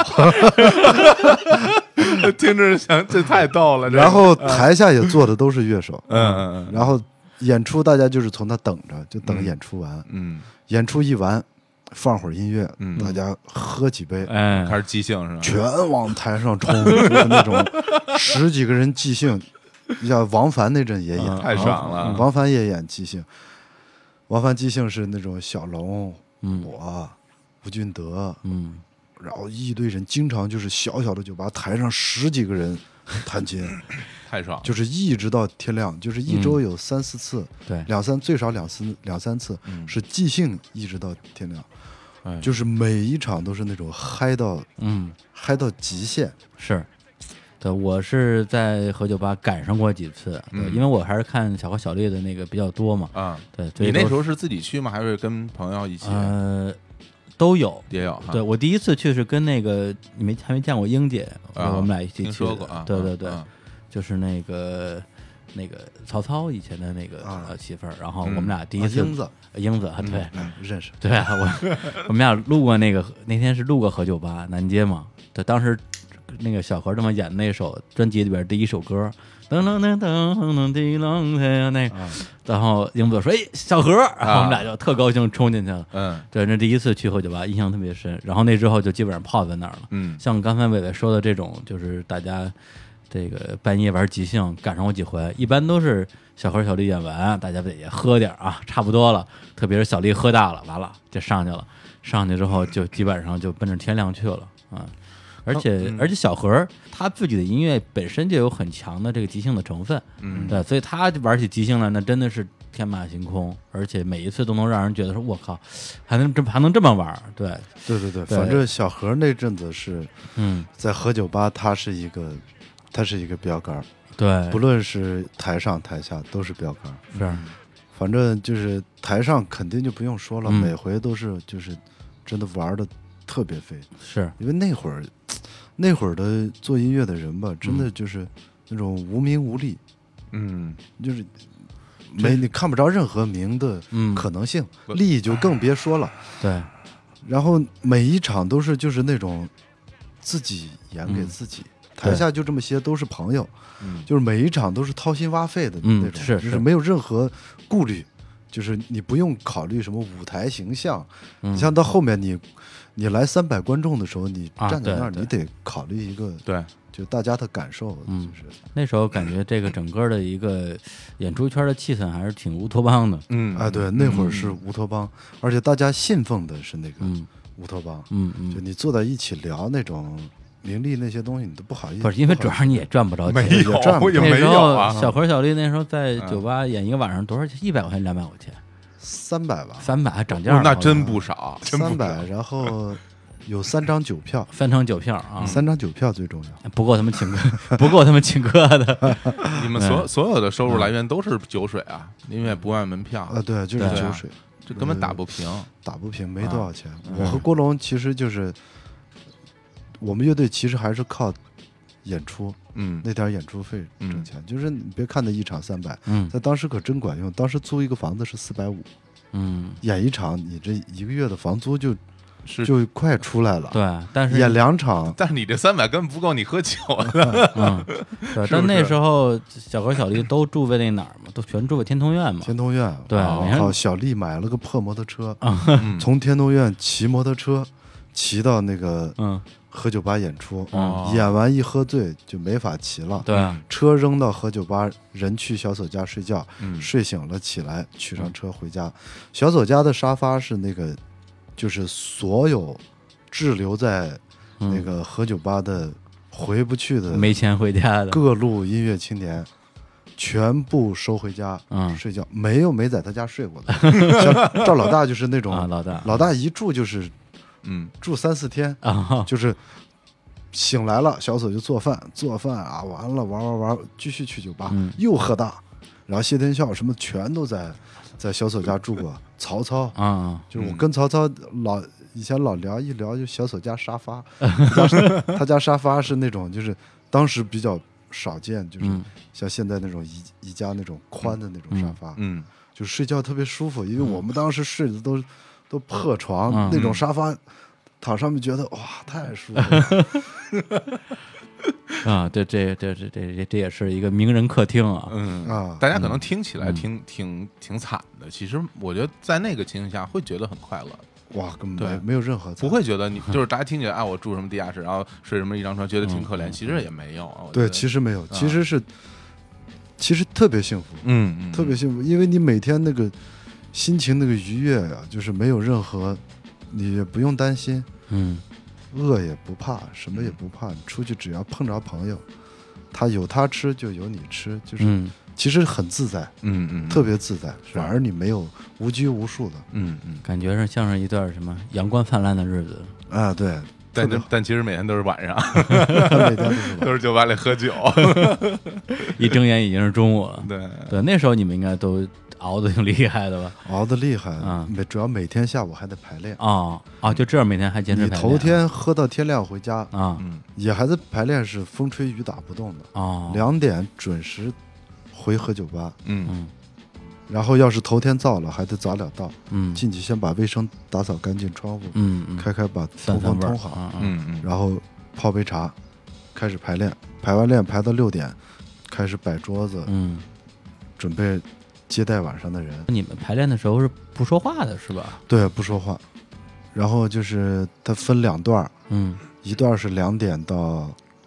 听着想这太逗了。 然后台下也坐的都是乐手， 然后演出大家就是从那等着，就等演出完，演出一完，放会儿音乐，大家喝几杯， 开始即兴是吧？ 全往台上冲，就是那种10几个人即兴，像王凡那阵也演， 太爽了， 王凡也演即兴。王凡即兴是那种小龙，我吴俊德，然后一堆人，经常就是小小的酒吧，台上10几个人弹琴， 太爽了， 就是一直到天亮，就是一周有3、4次， 对， 最少两三次是即兴，一直到天亮，就是每一场都是那种嗨到极限， 是。对，我是在何酒吧赶上过几次，对，因为我还是看小何小丽的那个比较多嘛，对。 你那时候是自己去吗？还是跟朋友一起？ 都有， 也有。 对，我第一次去是跟那个你还没见过英姐，我们俩一起去的。 听说过啊？ 对对对，就是那个曹操以前的那个媳妇儿，然后我们俩第一次英子对认识， 对啊，我们俩路过那天是路过何酒吧南街嘛，对，当时。那个小何这么演那首专辑里边第一首歌，噔噔噔噔噔滴啷那个，然后英子说：“哎，小何！”然后我们俩就特高兴冲进去了。对，那第一次去何酒吧，印象特别深。然后那之后就基本上泡在那儿了。像刚才伟伟说的这种，就是大家这个半夜玩即兴，赶上过几回，一般都是小何小丽演完，大家也喝点啊，差不多了。特别是小丽喝大了，完了就上去了。上去之后就基本上就奔着天亮去了啊。而且小何他自己的音乐本身就有很强的这个即兴的成分，对，所以他玩起即兴来，那真的是天马行空，而且每一次都能让人觉得说，我靠，还能这么玩，对， 反正小何那阵子是，在何酒吧他是一个标杆， 对， 不论是台上台下都是标杆， 是， 反正就是台上肯定就不用说了，每回都是就是真的玩的特别飞， 是因为那会儿的做音乐的人吧，真的就是那种无名无利，就是你看不着任何名的可能性，利就更别说了。 对， 然后每一场都是就是那种自己演给自己，台下就这么些都是朋友，就是每一场都是掏心挖肺的那种，就是没有任何顾虑，就是你不用考虑什么舞台形象，你像到后面你来300观众的时候，你站在那儿，你得考虑一个对， 就大家的感受。就是那时候感觉这个整个的一个演出圈的气氛还是挺乌托邦的。 对，那会儿是乌托邦，而且大家信奉的是那个乌托邦。就你坐在一起聊那种名利那些东西，你都不好意思。 不是因为主要你也赚不着钱， 没有那时候小何小丽那时候在酒吧演一个晚上多少钱？100块钱200块钱。 300吧 ，300还涨价了， 那真不少 ，300，然后有3张酒票 ，3张酒票啊 ，3张酒票最重要， 不够他们请客的。 你们所有的收入来源都是酒水啊，因为不卖门票啊， 对，就是酒水， 这根本打不平， 没多少钱。我和郭龙其实就是我们乐队，其实还是靠演出，那点演出费挣钱，就是你别看那一场300，在当时可真管用。当时租一个房子是450，演一场你这1个月的房租就快出来了。 对，但是演2场， 但是你这300根本不够你喝酒的。 对，但那时候小何小丽都住在那哪儿嘛，都全住在天通苑嘛。 天通苑， 对， 靠小丽买了个破摩托车，从天通苑骑摩托车骑到那个何酒吧演出，演完一喝醉就没法骑了， 对， 车扔到何酒吧，人去小左家睡觉，睡醒了起来取上车回家。小左家的沙发是那个，就是所有滞留在那个何酒吧的回不去的没钱回家的各路音乐青年，全部收回家睡觉，没在他家睡过的。像赵老大就是那种老大一住就是住3、4天就是醒来了，小左就做饭啊，完了玩，继续去酒吧，又喝大，然后谢天笑什么全都在小左家住过。曹操就是我跟曹操以前老聊一聊，就小左家沙发，他家沙发是那种就是当时比较少见，就是像现在那种宜家那种宽的那种沙发，就睡觉特别舒服。因为我们当时睡的都破床，那种沙发躺上面觉得哇太舒服了。 啊，这也是一个名人客厅啊， 大家可能听起来挺惨的，其实我觉得在那个情形下会觉得很快乐。 哇，根本没有任何不会觉得你就是大家听起来啊，我住什么地下室，然后睡什么一张床，觉得挺可怜，其实也没有。 对，其实没有，其实特别幸福，特别幸福，因为你每天那个心情那个愉悦呀，就是没有任何，你也不用担心，饿也不怕，什么也不怕，你出去只要碰着朋友，他有他吃就有你吃，就是其实很自在，特别自在，反而你没有无拘无束的， 感觉是像是一段什么阳光灿烂的日子啊，对， 但其实每天都是晚上， 每天都是酒吧里喝酒， 一睁眼已经是中午了， 对， 那时候你们应该都熬得挺厉害的吧？ 熬得厉害啊！主要每天下午还得排练就这样每天还坚持排练。 你头天喝到天亮回家也还在排练，是风吹雨打不动的2点准时回喝酒吧。然后要是头天燥了，还得早点到。进去先把卫生打扫干净，窗户开把通风通好。然后泡杯茶，开始排练。排完练排到6点，开始摆桌子。准备接待晚上的人。 你们排练的时候是不说话的是吧？ 对，不说话。然后就是它分2段，一段是2点到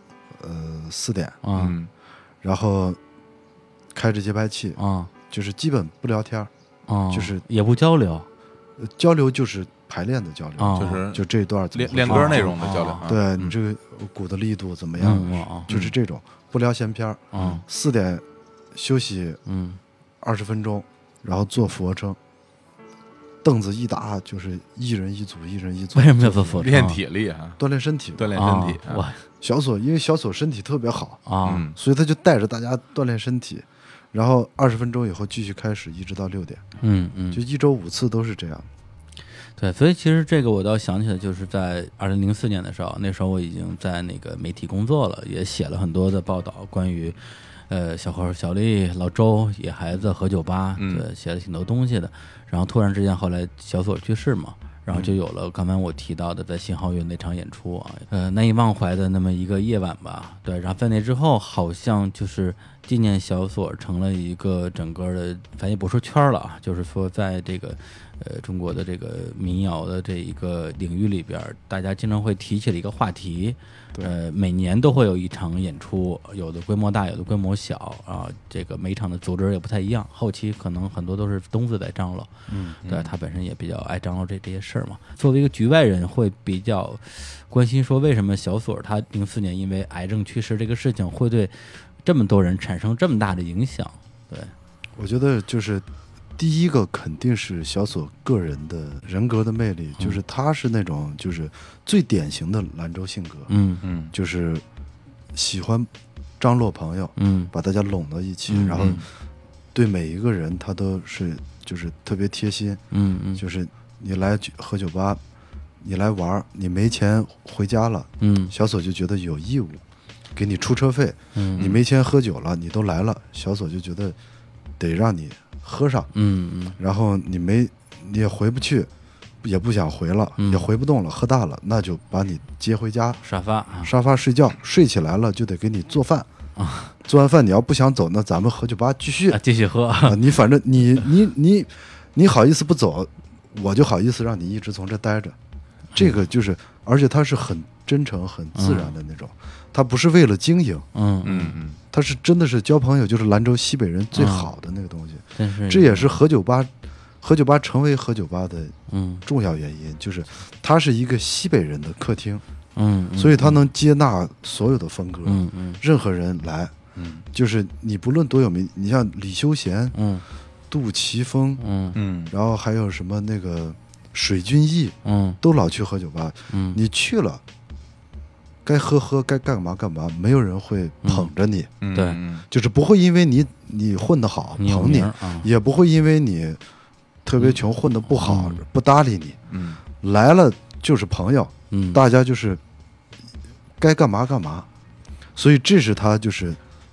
4点，然后开着节拍器，就是基本不聊天，就是也不交流， 交流就是排练的交流，就这一段练歌内容的交流。 对你这个鼓的力度怎么样？就是这种不聊闲篇。4点休息，20分钟，然后做俯卧撑，凳子一打就是1人1组，1人1组。 为什么要做俯卧撑？ 练体力啊， 锻炼身体， 锻炼身体。 哇， 因为小锁身体特别好所以他就带着大家锻炼身体，然后20分钟以后继续开始，一直到6点。就1周5次都是这样。 对，所以其实这个我倒想起来，就是在2004年的时候，那时候我已经在那个媒体工作了，也写了很多的报道，关于小何、小丽、老周、野孩子和酒吧，对，写了挺多东西的。然后突然之间，后来小锁去世嘛，然后就有了刚才我提到的在信号乐那场演出啊，难以忘怀的那么一个夜晚吧。对，然后在那之后，好像就是纪念小锁成了一个整个的，咱也不说圈了啊，就是说在这个中国的这个民谣的这一个领域里边，大家经常会提起了一个话题。每年都会有一场演出，有的规模大，有的规模小啊。这个每场的组织也不太一样，后期可能很多都是东子在张罗。对，他本身也比较爱张罗这些事儿嘛。作为一个局外人，会比较关心说，为什么小锁他04年因为癌症去世这个事情，会对这么多人产生这么大的影响？对， 我觉得就是第一个肯定是小锁个人的人格的魅力，就是他是那种就是最典型的兰州性格，就是喜欢张罗朋友，把大家拢到一起，然后对每一个人他都是就是特别贴心，就是你来喝酒吧，你来玩，你没钱回家了，小锁就觉得有义务给你出车费，你没钱喝酒了，你都来了，小锁就觉得得让你喝上，然后你也回不去，也不想回了，也回不动了，喝大了，那就把你接回家沙发睡觉，睡起来了就得给你做饭做完饭你要不想走，那咱们喝酒吧继续喝你反正你好意思不走，我就好意思让你一直从这待着。这个就是，而且他是很真诚很自然的那种，他不是为了经营，他是真的是交朋友，就是兰州西北人最好的那个东西。这也是和酒吧成为和酒吧的重要原因，就是它是一个西北人的客厅，所以它能接纳所有的风格，任何人来，就是你不论多有名，你像李修贤，杜琪峰，然后还有什么那个水军毅，都老去喝酒吧，你去了。该喝该干嘛干嘛，没有人会捧着你， 对， 就是不会因为你混得好捧你，也不会因为你特别穷混得不好不搭理你，来了就是朋友，大家就是该干嘛干嘛，所以这是他就是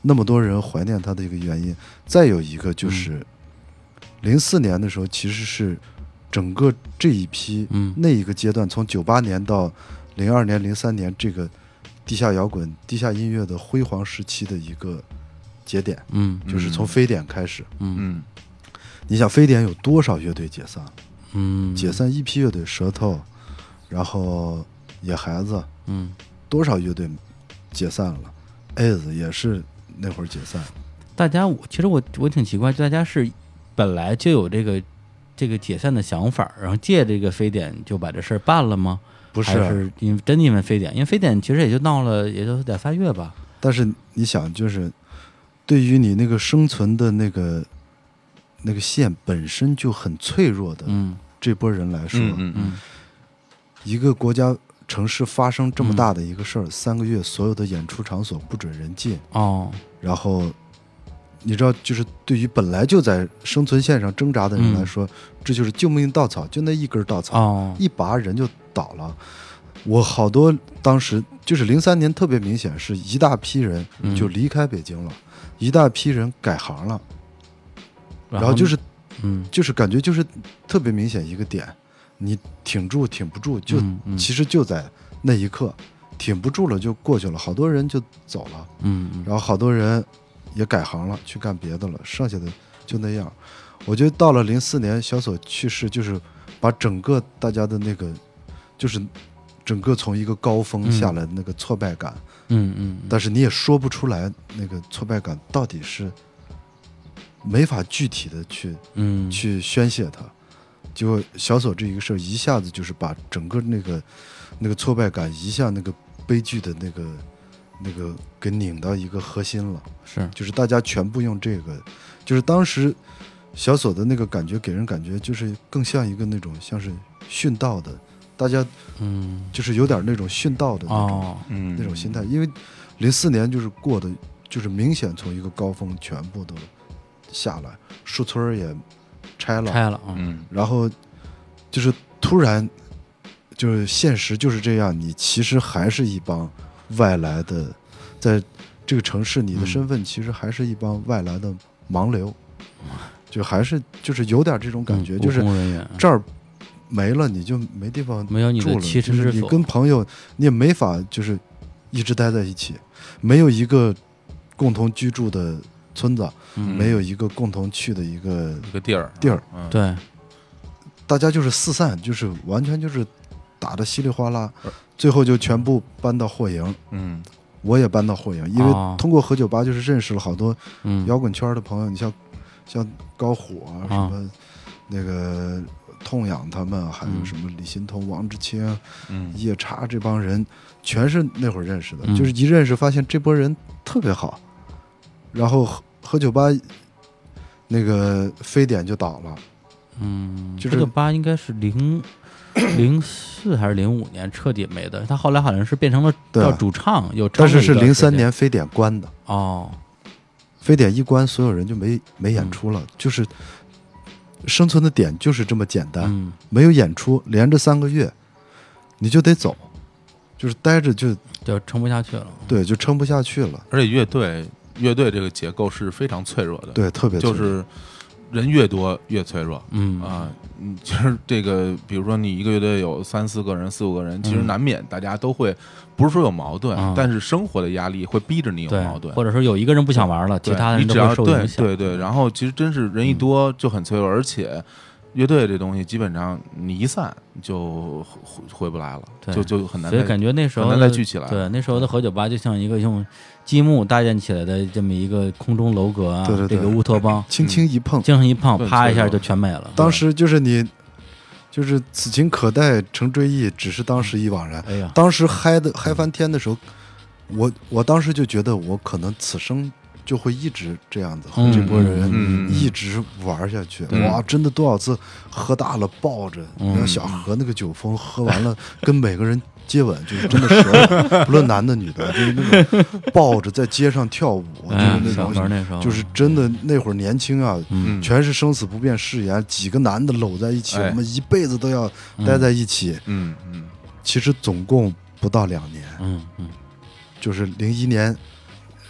那么多人怀念他的一个原因。再有一个就是04年的时候，其实是整个这一批那一个阶段，从98年到02年、03年这个地下摇滚、地下音乐的辉煌时期的一个节点。就是从非典开始。你想非典有多少乐队解散了？解散一批乐队，舌头，然后野孩子，多少乐队解散了 ？AIDS 也是那会儿解散。 大家其实我挺奇怪，大家是本来就有这个解散的想法，然后借这个非典就把这事儿办了吗？ 不是， 还是因为非典？因为非典其实也就闹了也就2-3月吧。 但是你想，就是对于你那个生存的那个线本身就很脆弱的，这波人来说，一个国家城市发生这么大的一个事儿，3个月所有的演出场所不准人进然后你知道，就是对于本来就在生存线上挣扎的人来说，这就是救命稻草，就那一根稻草，一拔人就倒了。我好多当时就是03年特别明显，是一大批人就离开北京了，一大批人改行了，然后就是感觉就是特别明显一个点，你挺住挺不住，就其实就在那一刻，挺不住了就过去了，好多人就走了，然后好多人也改行了，去干别的了，剩下的就那样。我觉得到了04年小索去世，就是把整个大家的那个，就是整个从一个高峰下来的那个挫败感，但是你也说不出来那个挫败感到底是没法具体的去宣泄它。结果小索这一个事儿一下子就是把整个那个挫败感一下那个悲剧的那个给拧到一个核心了，就是大家全部用这个，就是当时小索的那个感觉给人感觉就是更像一个那种像是殉道的，大家就是有点那种殉道的那种心态，因为04年就是过的就是明显从一个高峰全部都下来，树村也拆了然后就是突然就是现实就是这样，你其实还是一帮外来的，在这个城市你的身份其实还是一帮外来的盲流，就还是就是有点这种感觉，就是这儿没了你就没地方住了， 没有你的栖身之所， 你跟朋友你也没法就是一直待在一起，没有一个共同居住的村子，没有一个共同去的一个地儿， 对， 大家就是四散，就是完全就是打得稀里哗啦，最后就全部搬到霍营。我也搬到霍营，因为通过何98就是认识了好多摇滚圈的朋友，你像高虎啊，什么那个痛痒他们，还有什么李欣彤、王志清、夜叉这帮人，全是那会儿认识的，就是一认识发现这波人特别好，然后何98那个非典就倒了，就是何98应该是04还是05年彻底没的，他后来好像是变成了叫主唱， 但是是03年非典关的非典一关，所有人就没演出了，就是生存的点就是这么简单，没有演出，连着3个月，你就得走，就是待着就撑不下去了， 对，就撑不下去了。 而且乐队这个结构是非常脆弱的， 对，特别脆弱， 就是人越多越脆弱，其实这个，比如说你一个乐队有3-4个人、4-5个人，其实难免大家都会，不是说有矛盾，但是生活的压力会逼着你有矛盾， 或者说有一个人不想玩了，其他人都会受影响。 对，然后其实真是人一多就很脆弱，而且乐队这东西基本上你一散就回不来了，就很难， 所以感觉那时候很难再聚起来。 对，那时候的何98就像一个用积木搭建起来的这么一个空中楼阁啊， 对， 这个乌托邦轻轻一碰， 啪一下就全没了。 当时就是你，就是此情可待成追忆，只是当时已惘然。 哎呀， 当时嗨翻天的时候，我当时就觉得我可能此生就会一直这样子和这波人一直玩下去。哇，真的多少次喝大了抱着，然后小何那个酒疯喝完了跟每个人接吻，就是真的舌头，不论男的女的，就是那种抱着在街上跳舞，就是那种，就是真的那会儿年轻啊，全是生死不变誓言，几个男的搂在一起，我们一辈子都要待在一起。其实总共不到2年，就是01年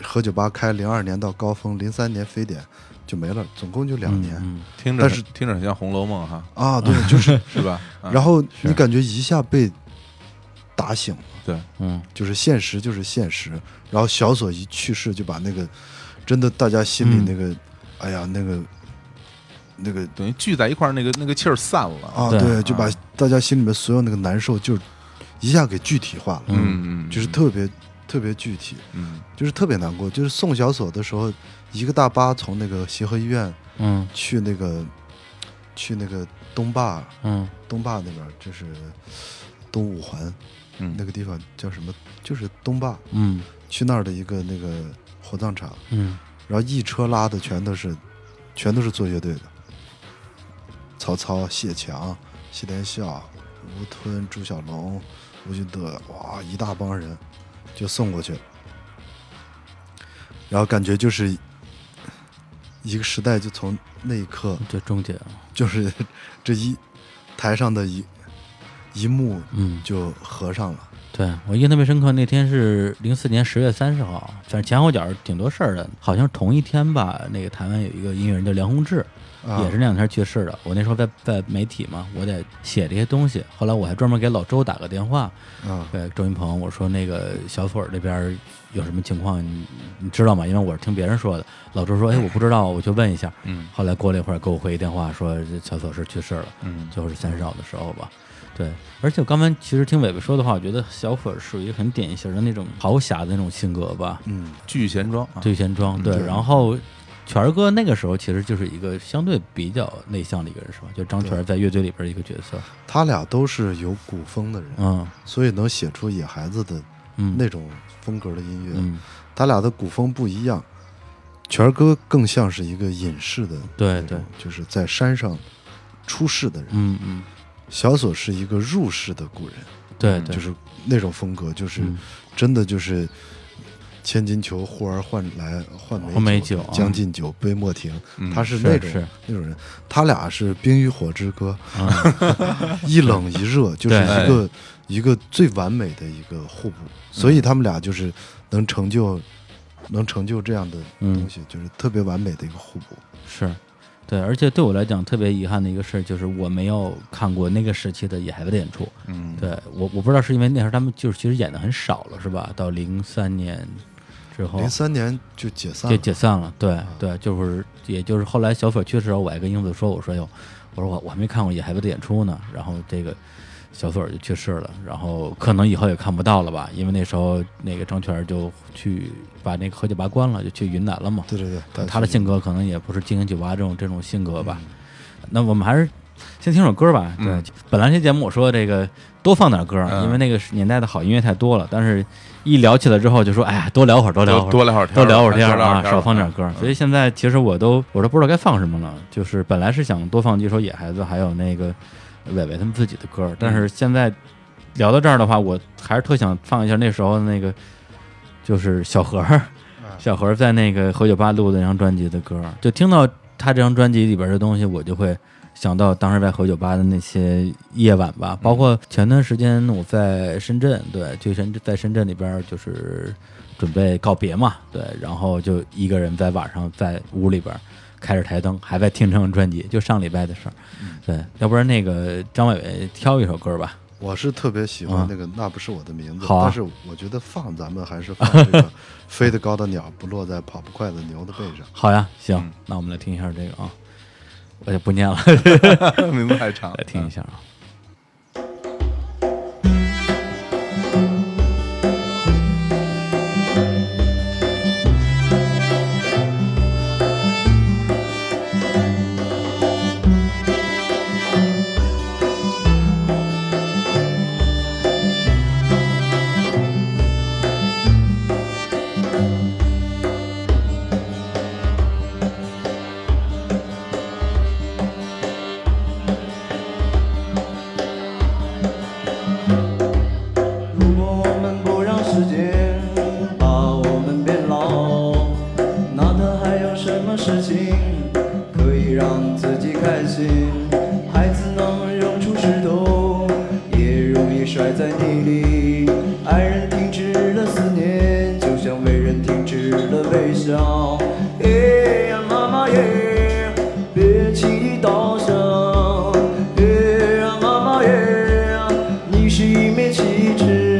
和酒吧开02年到高峰，03年非典就没了，总共就2年。 听着很像《红楼梦》哈。 啊，对，就是是吧？ 然后你感觉一下被打醒了。 对， 就是现实就是现实。然后小锁一去世，就把那个真的大家心里那个，哎呀，那个等于聚在一块儿，那个气儿散了啊。对，就把大家心里面所有那个难受，就一下给具体化了。就是特别具体。就是特别难过。就是送小锁的时候，一个大巴从那个协和医院，去那个东坝，东坝那边就是东五环。那个地方叫什么？就是东坝。去那儿的一个那个火葬场。然后一车拉的全都是做乐队的，曹操、谢强、谢天笑、吴吞、朱小龙、吴俊德，哇，一大帮人就送过去。然后感觉就是一个时代就从那一刻就终结了， 就是这台上的一幕就合上了。 对，我印象特别深刻，那天是04年10月30号，反正前后脚挺多事儿的，好像是同一天吧。那个台湾有一个音乐人叫梁鸿志，也是那两天去世的。我那时候在媒体嘛，我得写这些东西。后来我还专门给老周打个电话，对周云鹏，我说那个小锁这边有什么情况，你知道吗？因为我是听别人说的。老周说，哎，我不知道，我就问一下。后来过了一会儿给我回一电话说小锁是去世了，就是30号的时候吧。对，而且我刚才其实听伟伟说的话，我觉得小锁属于很典型的那种豪侠的那种性格吧。 巨贤庄， 对。然后权儿哥那个时候其实就是一个相对比较内向的一个人，是吧？就张权在乐队里边一个角色。 他俩都是有古风的人，所以能写出野孩子的那种风格的音乐。他俩的古风不一样，权儿哥更像是一个隐士的， 对， 就是在山上出世的人。小锁是一个入世的古人， 对， 就是那种风格，就是真的就是千金裘呼儿换美酒，将进酒杯莫停。他是那种人。他俩是冰与火之歌，一冷一热，就是一个最完美的一个互补。所以他们俩就是能成就这样的东西，就是特别完美的一个互补。 是。对，而且对我来讲特别遗憾的一个事就是我没有看过那个时期的野孩子的演出。对，我不知道是因为那时候他们就是其实演的很少了，是吧？到03年之后 ，03年就解散了。 对，也就是后来小锁去的时候，我还跟英子说，我说我还没看过野孩子的演出呢，然后这个小锁就去世了，然后可能以后也看不到了吧，因为那时候那个张权就去把那个喝酒吧关了，就去云南了嘛。 对， 他的性格可能也不是经营酒吧这种性格吧。那我们还是先听首歌吧。对，本来这节目我说这个多放点歌，因为那个年代的好音乐太多了，但是一聊起来之后就说，哎呀，多聊会儿天啊，少放点歌。所以现在其实我都不知道该放什么了，就是本来是想多放几首野孩子，还有那个伟伟他们自己的歌，但是现在聊到这儿的话，我还是特想放一下那时候那个就是小何在那个和酒吧录的那张专辑的歌，就听到他这张专辑里边的东西，我就会想到当时在和酒吧的那些夜晚吧。包括前段时间我在深圳，对，在深圳里边就是准备告别嘛，对，然后就一个人在晚上在屋里边开着台灯，还在听这张专辑，就上礼拜的事儿。对，要不然那个张伟伟挑一首歌吧。 我是特别喜欢那个那不是我的名字， 好啊， 但是我觉得咱们还是放这个飞得高的鸟不落在跑不快的牛的背上。 好呀，行，那我们来听一下这个啊，我就不念了， 名字太长， 来听一下啊。 摔在泥里，爱人停止了思念，就像为人停止了悲伤。耶呀妈妈耶，别轻易倒下。耶呀妈妈耶，你是一面旗帜。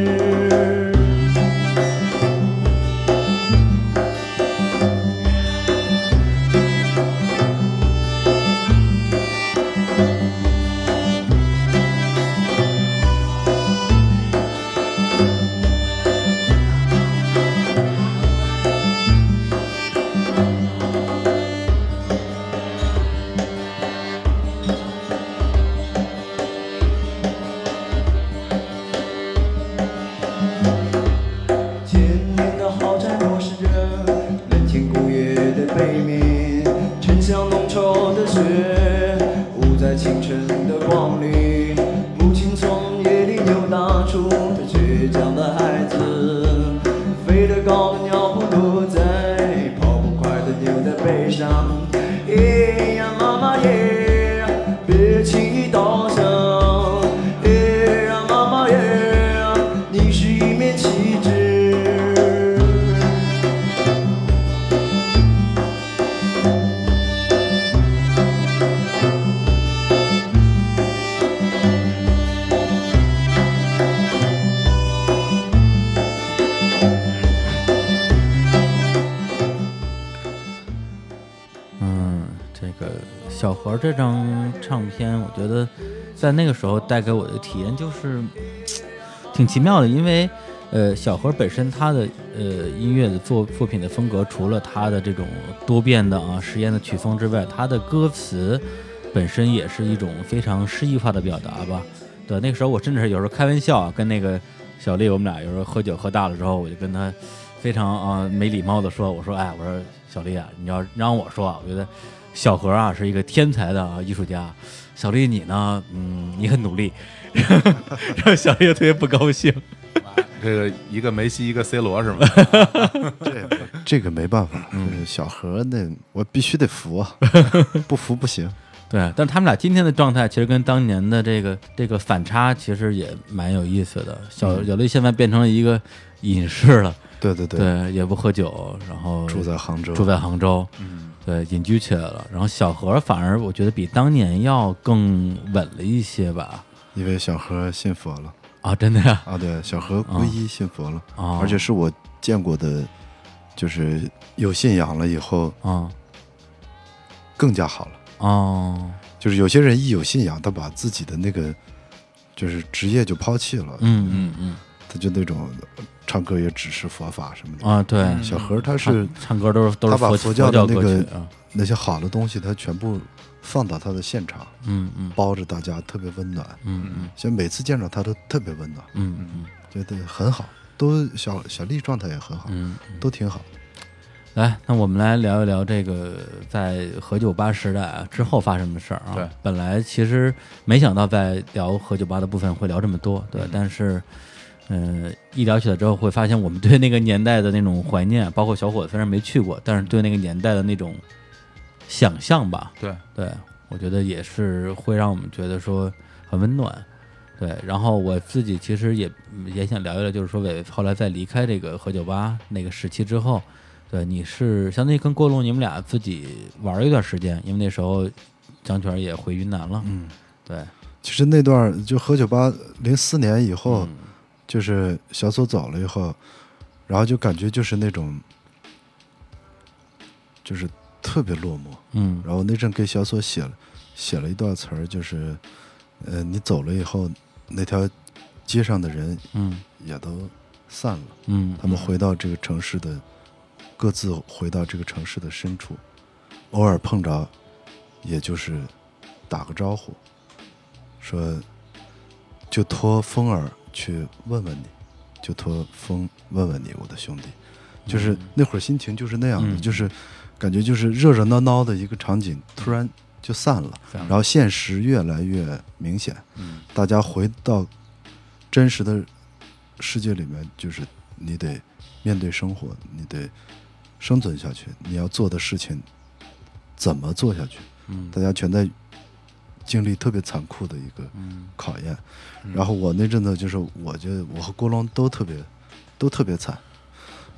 清晨的光里，母亲从夜里又拿出她倔强的孩子，飞得高的鸟不落在，跑不快的牛在背上。耶呀妈妈耶，别轻易倒下。耶呀妈妈耶，你是一面旗帜。 小河这张唱片，我觉得在那个时候带给我的体验就是挺奇妙的，因为小河本身他的音乐的作品的风格，除了他的这种多变的实验的曲风之外，他的歌词本身也是一种非常诗意化的表达吧。对，那个时候我甚至有时候开玩笑跟那个小丽，我们俩有时候喝酒喝大了之后，我就跟他非常没礼貌的说，我说小丽啊，你要让我说我觉得小河是一个天才的艺术家，小丽你呢，你很努力，让小丽特别不高兴。 这个一个梅西一个 C 罗是吗？ 这个没办法，小河那我必须得服啊，不服不行。 对，但是他们俩今天的状态其实跟当年的这个反差其实也蛮有意思的。小丽现在变成了一个隐士了， 对， 也不喝酒，然后住在杭州，对，隐居起来了。然后小河反而我觉得比当年要更稳了一些吧，因为小河信佛了啊，真的呀？ 啊，对，小河皈依信佛了，而且是我见过的，就是有信仰了以后更加好了就是有些人一有信仰，他把自己的那个就是职业就抛弃了，他就那种唱歌也只是佛法什么的啊，对， 小河他是唱歌都是他把佛教的那个那些好的东西，他全部放到他的现场，包着大家特别温暖，所以每次见着他都特别温暖，觉得很好，都小丽状态也很好，都挺好。 来，那我们来聊一聊这个在何酒吧时代之后发生的事儿啊。 对， 本来其实没想到在聊何酒吧的部分会聊这么多，对，但是一聊起来之后会发现我们对那个年代的那种怀念，包括小伙子虽然没去过，但是对那个年代的那种想象吧，对，我觉得也是会让我们觉得说很温暖。对，然后我自己其实也想聊一聊，就是说伟后来在离开这个何酒吧那个时期之后，对，你是相当于跟郭龙你们俩自己玩了一段时间，因为那时候张全也回云南了，对。 其实那段就何酒吧04年以后，就是小左走了以后，然后就感觉就是那种，就是特别落寞，然后那阵给小左写了一段词儿，就是你走了以后，那条街上的人，也都散了，他们回到这个城市的。各自回到这个城市的深处，偶尔碰着，也就是打个招呼，说就托风儿去问问你，就托风问问你，我的兄弟，就是那会儿心情就是那样的，就是感觉就是热热闹闹的一个场景，突然就散了，然后现实越来越明显，大家回到真实的世界里面，就是你得面对生活，你得生存下去，你要做的事情怎么做下去？大家全在经历特别残酷的一个考验。然后我那阵子就是，我和郭龙都特别惨，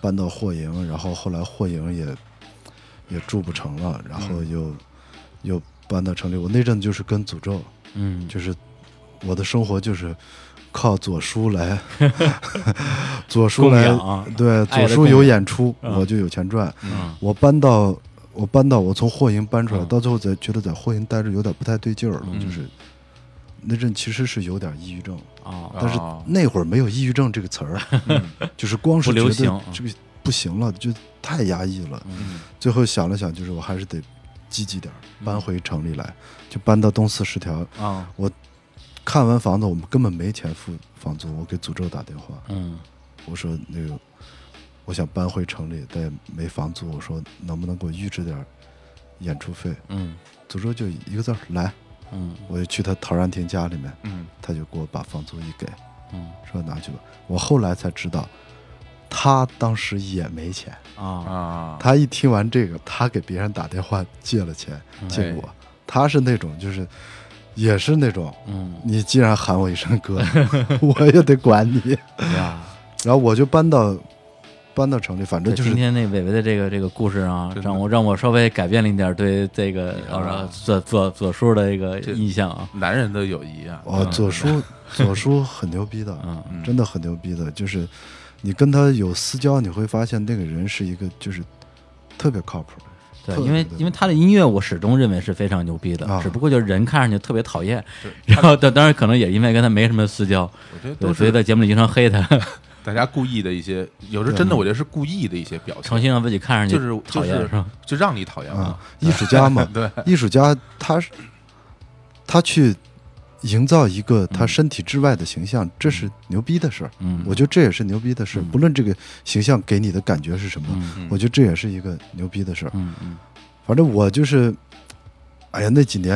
搬到霍营，然后后来霍营也住不成了，然后又搬到城里。我那阵就是跟诅咒，就是我的生活就是靠左叔来左叔来对，左叔有演出我就有钱赚。我从霍营搬出来，到最后才觉得在霍营待着有点不太对劲儿了，就是那阵其实是有点抑郁症但是那会儿没有抑郁症这个词儿，就是光是觉得这个不行了，就太压抑了。最后想了想，就是我还是得积极点，搬回城里来，就搬到东四十条。我看完房子，我们根本没钱付房租，我给诅咒打电话，我说那个我想搬回城里，但没房租，我说能不能给我预支点演出费？诅咒就一个字来。我就去他陶然亭家里面，他就给我把房租一给，说拿去吧。我后来才知道，他当时也没钱他一听完这个，他给别人打电话借了钱，借给我。他是那种就是也是那种，你既然喊我一声哥，我也得管你。然后我就搬到城里，反正就是今天那伟伟的这个故事啊，让我稍微改变了一点对这个左叔的一个印象啊。 男人的友谊啊， 左叔很牛逼的，真的很牛逼的。就是你跟他有私交，你会发现那个人是一个就是特别靠谱的。 对，因为他的音乐我始终认为是非常牛逼的，只不过就是人看上去特别讨厌，然后当然可能也因为跟他没什么私交， 我觉得所以在节目里经常黑他。 大家故意的一些，有时候真的我觉得是故意的一些表现， 重新让自己看上去就是讨厌，是吧？ 就让你讨厌嘛。 艺术家嘛， 对， 艺术家他去营造一个他身体之外的形象，这是牛逼的事儿。我觉得这也是牛逼的事儿。不论这个形象给你的感觉是什么，我觉得这也是一个牛逼的事儿。反正我就是，哎呀，那几年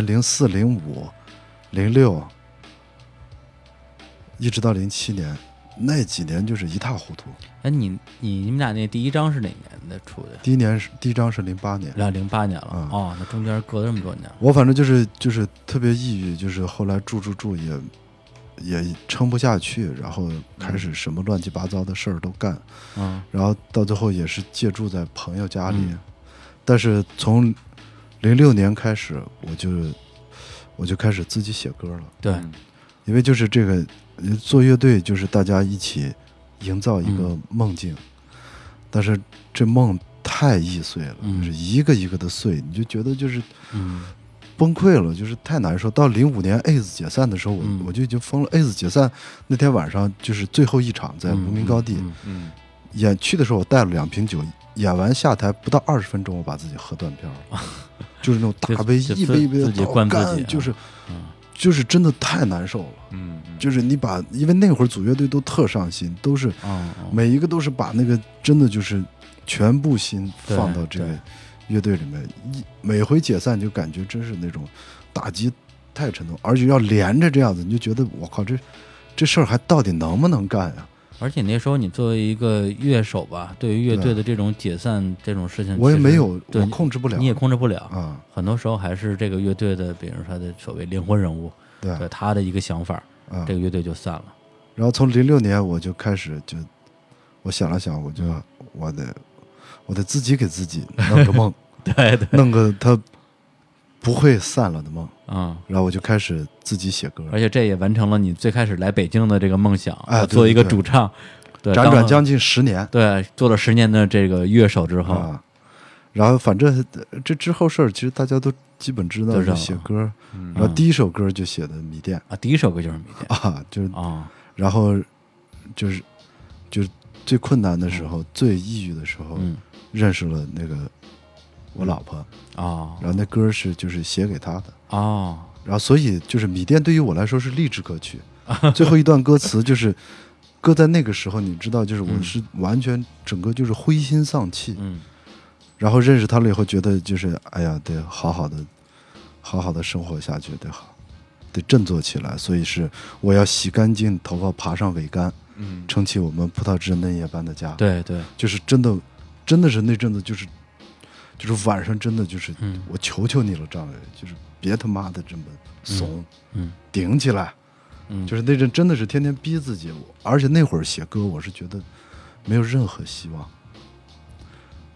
04、05、06，一直到07年。那几年就是一塌糊涂。 你们俩那第一张是哪年的出的？ 第一张是08年 ，08年了。那中间隔了这么多年。 我反正就是特别抑郁，就是后来住也撑不下去，然后开始什么乱七八糟的事儿都干。然后到最后也是借住在朋友家里。但是从06年开始，我就开始自己写歌了。 对， 因为就是这个。做乐队就是大家一起营造一个梦境，但是这梦太易碎了，就是一个一个的碎，你就觉得就是崩溃了，就是太难受。到05年 AIDS 解散的时候，我就已经疯了。AIDS 解散那天晚上就是最后一场在无名高地，演去的时候我带了2瓶酒，演完下台不到20分钟，我把自己喝断片了，就是那种大杯一杯一杯的倒干，就是真的太难受了。就是因为那会儿组乐队都特上心，都是每一个都是把那个真的就是全部心放到这个乐队里面，每回解散就感觉真是那种打击太沉重，而且要连着这样子，你就觉得我靠，这事儿还到底能不能干呀？ 而且那时候你作为一个乐手吧，对于乐队的这种解散这种事情， 我也没有，我控制不了， 你也控制不了啊。很多时候还是这个乐队的，比如说他的所谓灵魂人物，对他的一个想法，这个乐队就散了。 然后从06年我就开始我想了想，我得自己给自己弄个梦， 对， 弄个他不会散了的梦然后我就开始自己写歌， 而且这也完成了你最开始来北京的这个梦想， 做一个主唱，对， 辗转将近10年， 对，做了10年的这个乐手之后， 然后反正这之后事儿其实大家都基本知道，就写歌，然后第一首歌就写的《迷恋》 第一首歌就是《迷恋》 就是然后就是最困难的时候，最抑郁的时候，认识了那个我老婆然后那歌就是写给她的然后所以就是《迷恋》对于我来说是励志歌曲，最后一段歌词就是搁在那个时候，你知道，就是我是完全整个就是灰心丧气，然后认识他了以后，觉得就是哎呀，得好好的生活下去，得振作起来，所以是我要洗干净头发，爬上桅杆，撑起我们葡萄枝嫩叶般的家。 对， 就是真的是那阵子就是晚上真的就是我求求你了，张伟，就是别他妈的这么怂，顶起来，就是那阵真的是天天逼自己，而且那会儿写歌我是觉得没有任何希望，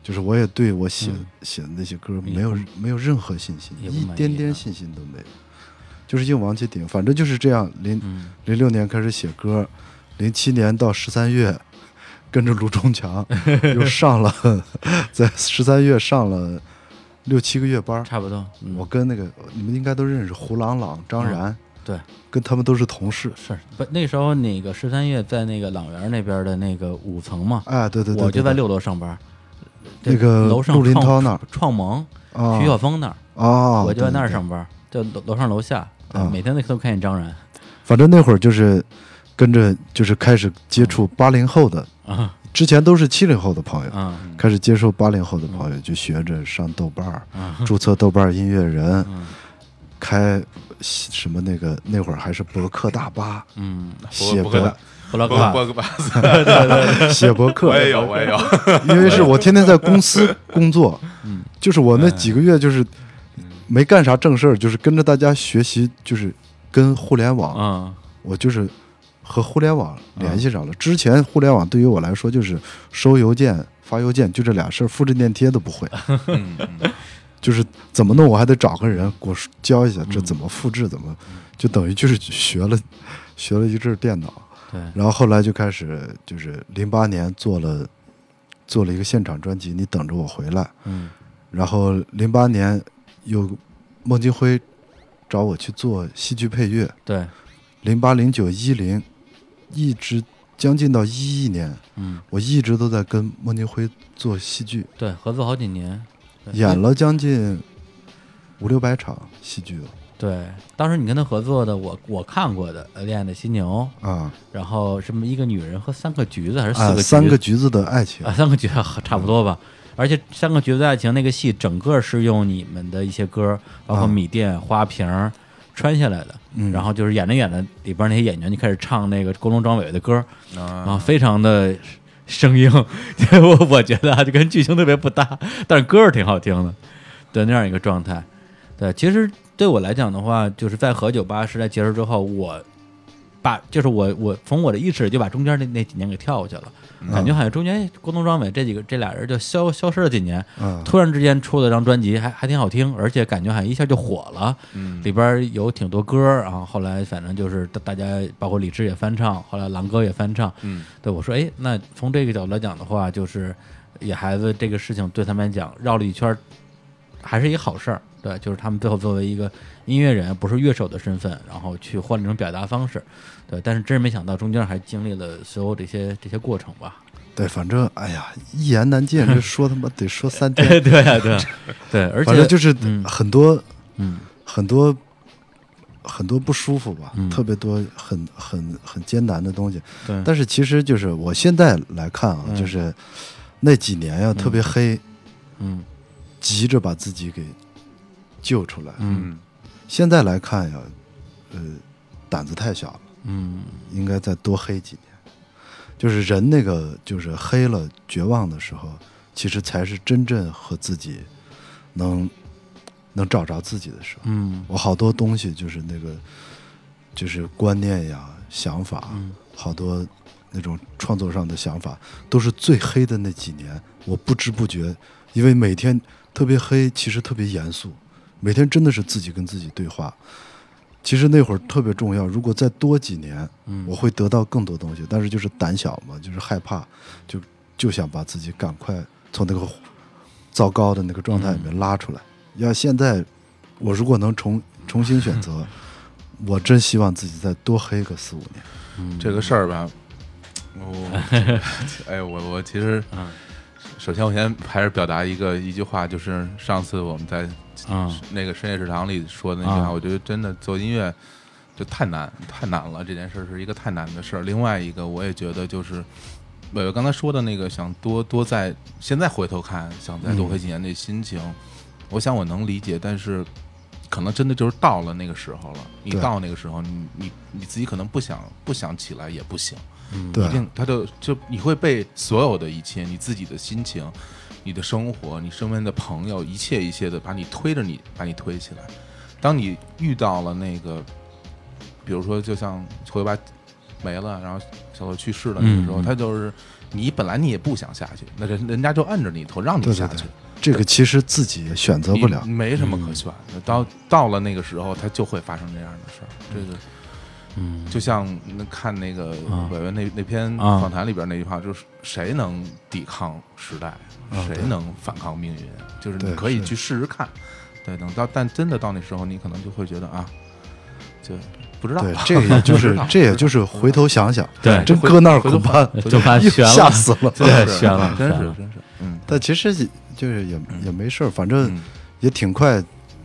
就是我也对我写的那些歌没有任何信心，一点点信心都没有，就是硬往起顶。反正就是这样。06年开始写歌，07年到13月，跟着卢中强又上了，在13月上了6、7个月班， 差不多。 我跟那个你们应该都认识胡朗朗、张然， 对， 跟他们都是同事。 是不那时候那个13月在那个朗园那边的那个5层嘛？ 哎，对， 我就在6楼上班。 那个楼上陆林涛那儿， 创盟，徐晓峰那儿啊， 我就在那儿上班，就楼上楼下，每天都看见张然。 反正那会儿就是跟着，就是开始接触80后的啊， 之前都是70后的朋友，开始接受80后的朋友，就学着上豆瓣注册豆瓣音乐人，开什么那会儿还是博客大巴，写博客巴， 写博客， 我也有， 因为是我天天在公司工作，就是我那几个月就是没干啥正事儿，就是跟着大家学习，就是跟互联网，我就是和互联网联系上了。之前互联网对于我来说就是收邮件、发邮件，就这俩事儿，复制粘贴都不会。就是怎么弄，我还得找个人给我教一下，这怎么复制，怎么就等于就是学了一阵电脑。 对， 然后后来就开始就是08年做了一个现场专辑，你等着我回来。然后08年有孟京辉找我去做戏剧配乐。 对 ，08、09、10，一直将近到11年，我一直都在跟孟京辉做戏剧。 对，合作好几年， 演了将近500-600场戏剧了。 对，当时你跟他合作的，我看过的《恋爱的犀牛》啊，然后什么一个女人和3个橘子还是4个橘子 3个橘子的爱情 3个橘子差不多吧。而且3个橘子的爱情那个戏，整个是用你们的一些歌，包括米店、花瓶穿下来的。然后就是演着演着，里边那些演员就开始唱那个郭龙庄伟的歌，然后非常的生硬，我觉得就跟剧情特别不搭，但是歌是挺好听的，对那样一个状态。对，其实对我来讲的话，就是在和98时代结束之后，我从我的意识就把中间那几年给跳过去了，感觉好像中间郭东庄伟这俩人就消失了几年，突然之间出了张专辑，还挺好听，而且感觉好像一下就火了，里边有挺多歌，然后后来反正就是大家包括李志也翻唱，后来狼哥也翻唱，对我说，哎，那从这个角度来讲的话，就是野孩子这个事情对他们来讲绕了一圈，还是一个好事儿。对，就是他们最后作为一个音乐人，不是乐手的身份，然后去换了一种表达方式。对，但是真是没想到中间还经历了所有这些过程吧。 对，反正哎呀，一言难尽，这说他妈得说3天。 对啊，对，对，而且反正就是很多不舒服吧，特别多很艰难的东西。 对， 但是其实就是我现在来看啊，就是那几年呀，特别黑，急着把自己给救出来。现在来看呀，胆子太小了。应该再多黑几年。就是人那个就是黑了绝望的时候，其实才是真正和自己能找着自己的时候。我好多东西就是那个就是观念呀、想法，好多那种创作上的想法，都是最黑的那几年。我不知不觉，因为每天特别黑，其实特别严肃，每天真的是自己跟自己对话。其实那会儿特别重要，如果再多几年，我会得到更多东西。但是就是胆小嘛，就是害怕，就想把自己赶快从那个糟糕的那个状态里面拉出来。要现在我如果能重新选择，我真希望自己再多黑个4-5年。 这个事儿吧，我其实，首先我先还是表达一句话，就是上次我们在那个深夜食堂里说的那句话，我觉得真的做音乐就太难了，这件事是一个太难的事儿。另外一个我也觉得就是我刚才说的那个想多在现在回头看想再多黑几年那心情，我想我能理解，但是可能真的就是到了那个时候了，你到那个时候你自己可能不想起来也不行。 对， 一定他就你会被所有的一切，你自己的心情、你的生活、你身边的朋友，一切的把你推起来。当你遇到了那个，比如说就像918 没了，然后小左去世的那个时候，他就是你本来你也不想下去，那人家就摁着你头让你下去。 这个其实自己也选择不了， 没什么可选的。到了那个时候，它就会发生这样的事儿。这个，就像看那个伟伟那篇访谈里边那句话，就是谁能抵抗时代，谁能反抗命运？就是你可以去试试看。对，但真的到那时候，你可能就会觉得啊，就不知道。 对，这也就是回头想想， 对， 真搁那儿恐怕就怕悬了， 吓死了， 对，悬了， 真是。 但其实就是也没事儿，反正也挺快，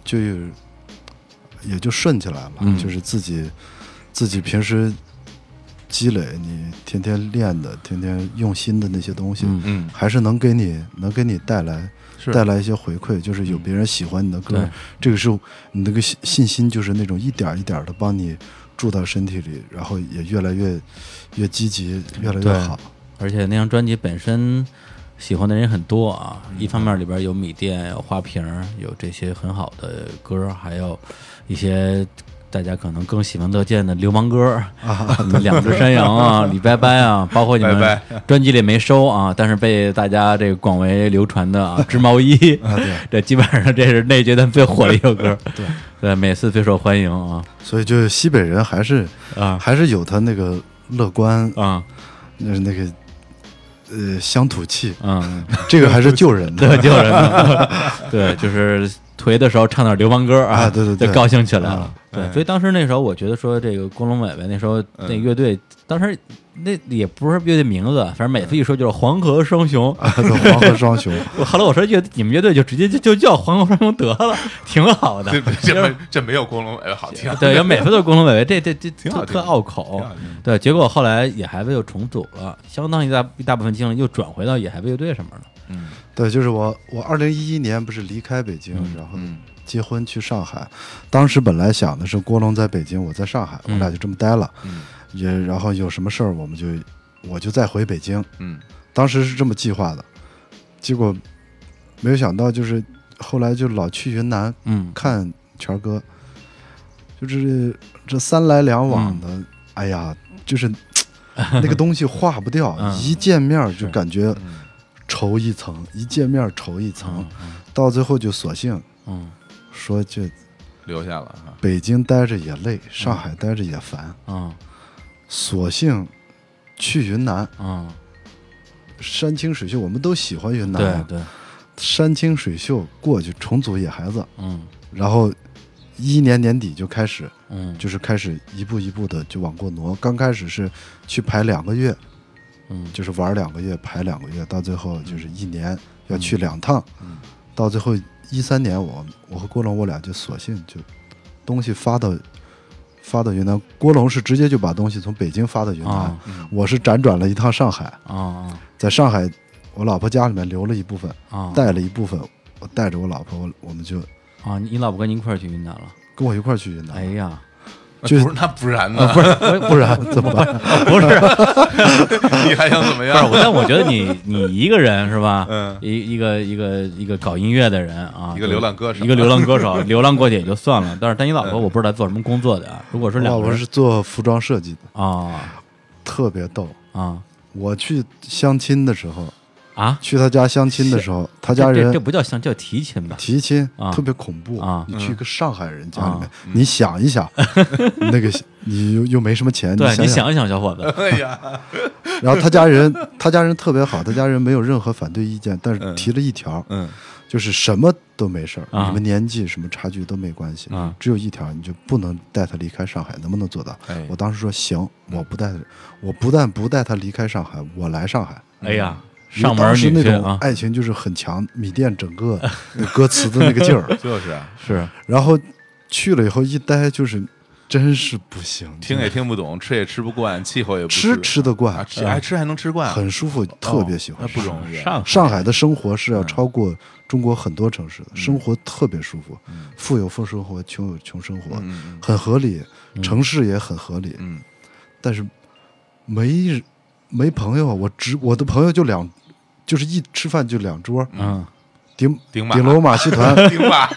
也就顺起来了。就是自己平时积累，你天天练的，天天用心的那些东西，还是能给你带来一些回馈。就是有别人喜欢你的歌，这个是你那个信心，就是那种一点一点的帮你住到身体里，然后也越来越积极，越来越好。 而且那张专辑本身喜欢的人很多啊，一方面里边有米店，有花瓶，有这些很好的歌，还有一些大家可能更喜闻乐见的流氓歌啊，两只山羊啊，李拜拜啊，包括你们专辑里没收啊，但是被大家这个广为流传的啊，织毛衣啊，对，这基本上这是那阶段最火的一首歌，对，每次最受欢迎啊， 所以就是西北人还是有他那个乐观啊，那个。乡土气，这个还是救人的， 对，救人的，对，就是颓的时候唱点流氓歌啊， 对， 就高兴起来了，对，所以当时那时候我觉得说这个郭龙伟伟那时候那乐队，当时那也不是乐队名字，反正每次一说就是黄河双雄， 黄河双雄。 后来我说你们乐队就直接就叫黄河双雄得了，挺好的。 这没有郭龙伟伟好听。 对，每次都是郭龙伟伟，这挺好，特拗口。对，结果后来野孩子又重组了，相当一大部分精力又转回到野孩子乐队上面了。 对，就是我2011年不是离开北京，然后结婚去上海，当时本来想的是郭龙在北京，我在上海，我俩就这么待了。然后有什么事儿我就再回北京，当时是这么计划的，结果没有想到就是后来就老去云南，看权哥，就是这3来2往的，哎呀，就是那个东西化不掉，一见面就感觉愁一层，一见面愁一层，到最后就索性，说就留下了， 北京待着也累，上海待着也烦，索性去云南，山清水秀，我们都喜欢云南， 对， 山清水秀过去重组野孩子，然后2011年年底就开始，就是开始一步一步的就往过挪。刚开始是去排2个月，就是玩2个月，排2个月，到最后就是1年要去2趟，到最后2013年我和郭龙我俩就索性就东西发到云南，郭龙是直接就把东西从北京发到云南，我是辗转了一趟上海，在上海我老婆家里面留了一部分，带了一部分，我带着我老婆，我们就你老婆跟你一块儿去云南了？ 跟我一块儿去云南。 哎呀， 就是那不然呢？ 不然怎么办？ 不是， 你还想怎么样？ 不是，但我觉得你一个人是吧？一个搞音乐的人啊， 一个流浪歌手， 流浪过去也就算了。但你老婆我不知道做什么工作的啊。如果是2个人， 我是做服装设计的啊， 特别逗啊。 我去相亲的时候啊， 去他家相亲的时候，他家人这不叫叫提亲吧？ 提亲特别恐怖啊！ 你去一个上海人家里面，你想一想，那个你又没什么钱， 对，你想一想，小伙子， 哎呀， 然后他家人特别好，他家人没有任何反对意见，但是提了一条，就是什么都没事儿，你们年纪什么差距都没关系，只有一条，你就不能带他离开上海，能不能做到？我当时说行，我不但不带他离开上海，我来上海。 哎呀。上门女婿那种爱情就是很强，米店整个歌词的那个劲儿， 是。 然后去了以后一待就是真是不行， 听也听不懂，吃也吃不惯，气候也不吃得惯， 爱吃还能吃惯， 很舒服，特别喜欢。 那不容易。 上海的生活是要超过中国很多城市的，生活特别舒服，富有富生活，穷有穷生活，很合理，城市也很合理，但是没朋友，我的朋友就是一吃饭就2桌， 顶楼马戏团， 顶马，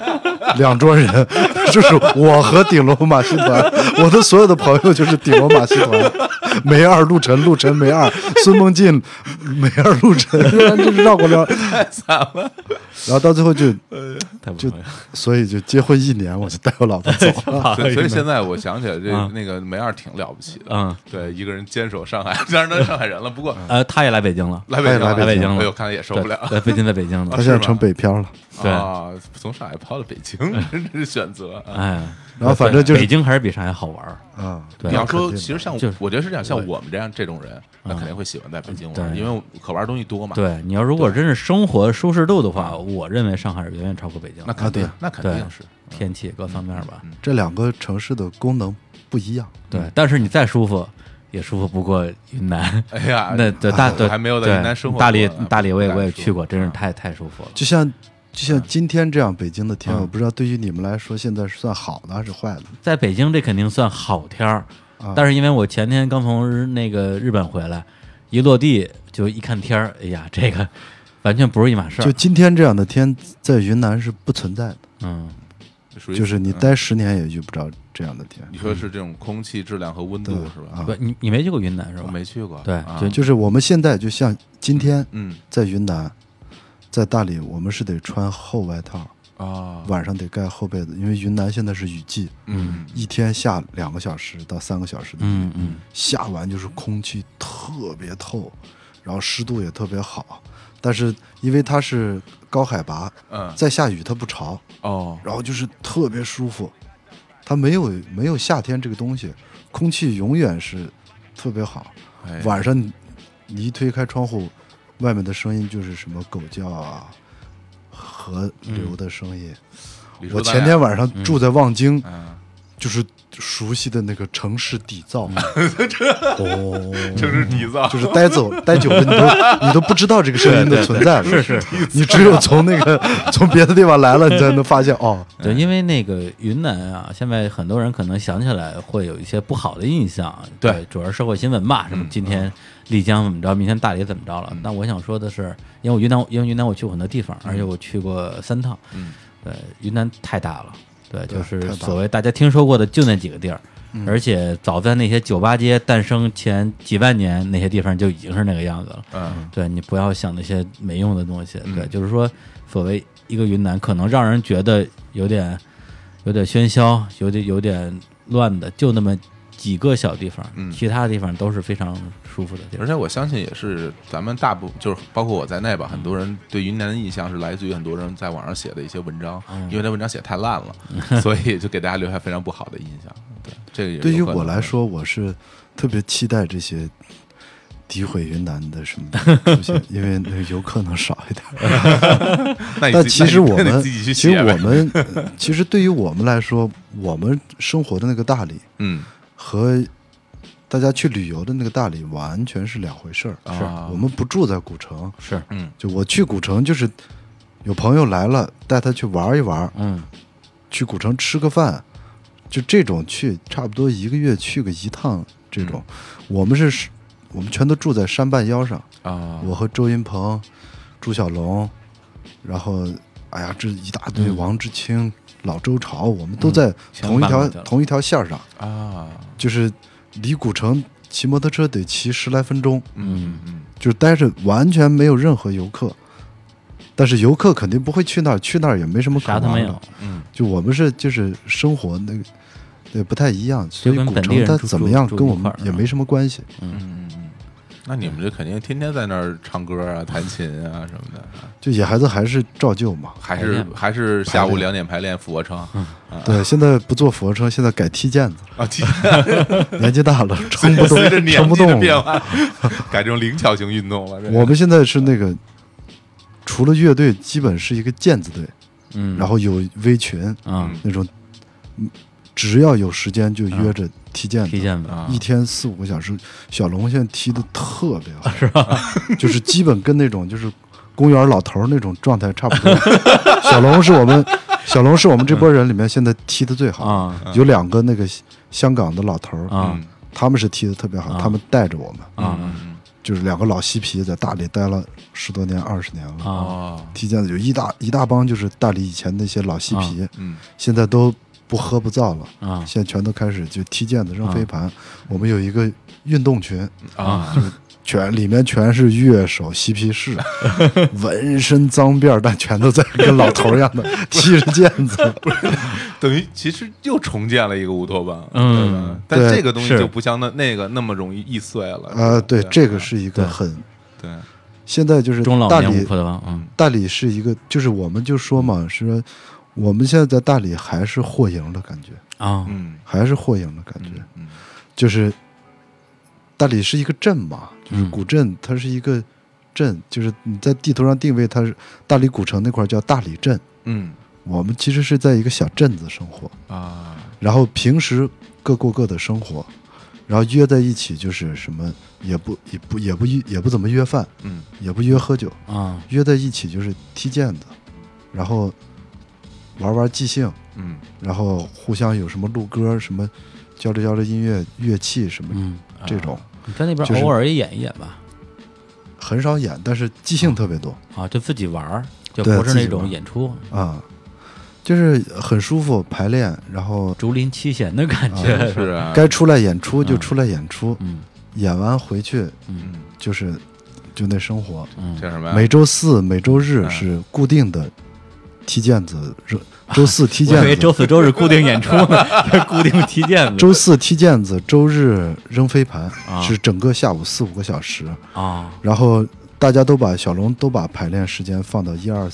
2桌人，就是我和顶楼马戏团，我的所有的朋友就是顶楼马戏团，梅二陆晨，陆晨梅二，孙梦进梅二陆晨，就是绕过来， 太惨了。 然后到最后就就所以就结婚1年，我就带我老婆走了。 所以现在我想起来，那个梅二挺了不起的，对，一个人坚守上海，当然他上海人了，不过他也来北京了， 来北京了， 哎呦，看来也受不了， 在北京，在北京呢， 他现在成北漂了， 对啊，从上海跑到北京，真是选择， 哎。 然后反正就是北京还是比上海好玩啊。 你要说，其实像我觉得是这样，像我们这种人，那肯定会喜欢在北京玩，因为可玩东西多嘛。 对，你要如果真是生活舒适度的话，我认为上海是远远超过北京。 那肯定，那肯定是天气各方面吧。 这2个城市的功能不一样。 对，但是你再舒服，也舒服不过云南。 哎呀， 那对还没有在云南生活。 大理我也去过，真是太舒服了。 就像今天这样北京的天，我不知道对于你们来说现在是算好的还是坏的。 在北京这肯定算好天儿，但是因为我前天刚从那个日本回来，一落地就一看天儿，哎呀，这个完全不是一码事儿。 就今天这样的天，在云南是不存在的。就是你待10年也遇不着这样的天。 你说是这种空气质量和温度是吧？ 对，你没去过云南是吧？ 我没去过。 对， 就是我们现在就像今天，在云南。在大理，我们是得穿厚外套啊， 晚上得盖厚被子，因为云南现在是雨季，一天下2个小时到3个小时的雨，下完就是空气特别透，然后湿度也特别好，但是因为它是高海拔，再下雨它不潮然后就是特别舒服，它没有夏天这个东西，空气永远是特别好，晚上你一推开窗户。外面的声音就是什么狗叫啊，河流的声音。我前天晚上住在望京，就是熟悉的那个城市底噪。 城市底噪， 就是待久了，你都不知道这个声音的存在了。 是， 你只有从别的地方来了，你才能发现对，因为那个云南啊，现在很多人可能想起来会有一些不好的印象。对，主要是社会新闻吧，什么今天丽江怎么着，明天大理怎么着了。但我想说的是，因为云南我去过很多地方，而且我去过3趟。对，云南太大了。对，就是所谓大家听说过的就那几个地儿，而且早在那些酒吧街诞生前几万年，那些地方就已经是那个样子了。对，你不要想那些没用的东西。对，就是说，所谓一个云南，可能让人觉得有点喧嚣，有点乱的，就那么几个小地方，其他地方都是非常舒服的地方。 而且我相信也是咱们大部分就是包括我在内吧，很多人对云南的印象是来自于很多人在网上写的一些文章，因为那文章写太烂了，所以就给大家留下非常不好的印象。对，这个也对于我来说，我是特别期待这些诋毁云南的什么出现，因为那个游客能少一点。但其实其实对于我们来说，我们生活的那个大理，和大家去旅游的那个大理完全是2回事儿。 是我们不住在古城， 是就我去古城就是有朋友来了，带他去玩一玩，去古城吃个饭，就这种去差不多1个月去个1趟这种。我们全都住在山半腰上我和周云鹏、朱小龙，然后哎呀这一大堆王志清、老周朝，我们都在同一条线上就是离古城骑摩托车得骑10来分钟，就待着完全没有任何游客，但是游客肯定不会去那儿也没什么可玩的，啥都没有。就我们就是生活那个也不太一样，所以古城它怎么样跟我们也没什么关系。 那你们这肯定天天在那儿唱歌啊、弹琴啊什么的。 就野孩子还是照旧嘛， 还是下午2点排练俯卧撑。 对，现在不做俯卧撑，现在改踢毽子年纪大了，撑不动， 随着年纪的变化，改成灵巧型运动了。 我们现在是那个，除了乐队，基本是一个毽子队，然后有微群那种，只要有时间就约着踢毽子，一天4、5个小时。小龙现在踢得特别好，是吧？就是基本跟那种就是公园老头那种状态差不多。小龙是我们这波人里面现在踢得最好，有2个那个香港的老头他们是踢得特别好，他们带着我们。 就是2个老嬉皮在大理待了10多年、20年了啊。 踢毽子有一大帮，就是大理以前那些老嬉皮，现在都不喝不造了啊，现在全都开始就踢毽子、扔飞盘。我们有一个运动群啊，就是里面全是乐手、嬉皮士，纹身脏辫，但全都在跟老头一样的踢着毽子， 不是等于其实又重建了一个乌托邦，但这个东西就不像那个那么容易易碎了对，这个是一个很对。 现在就是中老年大理乌托邦， 大理是一个，就是我们就说嘛，是说我们现在在大理还是获赢的感觉啊， 还是获赢的感觉，就是大理是一个镇嘛，就是古镇，它是一个镇，就是你在地图上定位，它是大理古城那块叫大理镇，我们其实是在一个小镇子生活啊，然后平时各过各的生活，然后约在一起就是什么也不怎么约饭，也不约喝酒啊，约在一起就是踢毽子，然后玩即兴，然后互相有什么录歌，什么交流音乐器什么，这种。 你在那边偶尔也演一演吧？ 很少演，但是即兴特别多啊，就自己玩，就不是那种演出啊，就是很舒服排练，然后竹林七贤的感觉是啊， 该出来演出就出来演出，演完回去，就那生活， 叫什么？ 每周4、每周日是固定的踢毽子，周4踢毽子， 我以为周4、周日固定演出呢，固定踢毽子。 周4踢毽子，周日扔飞盘，是整个下午4、5个小时啊。然后大家都把小龙都把排练时间放到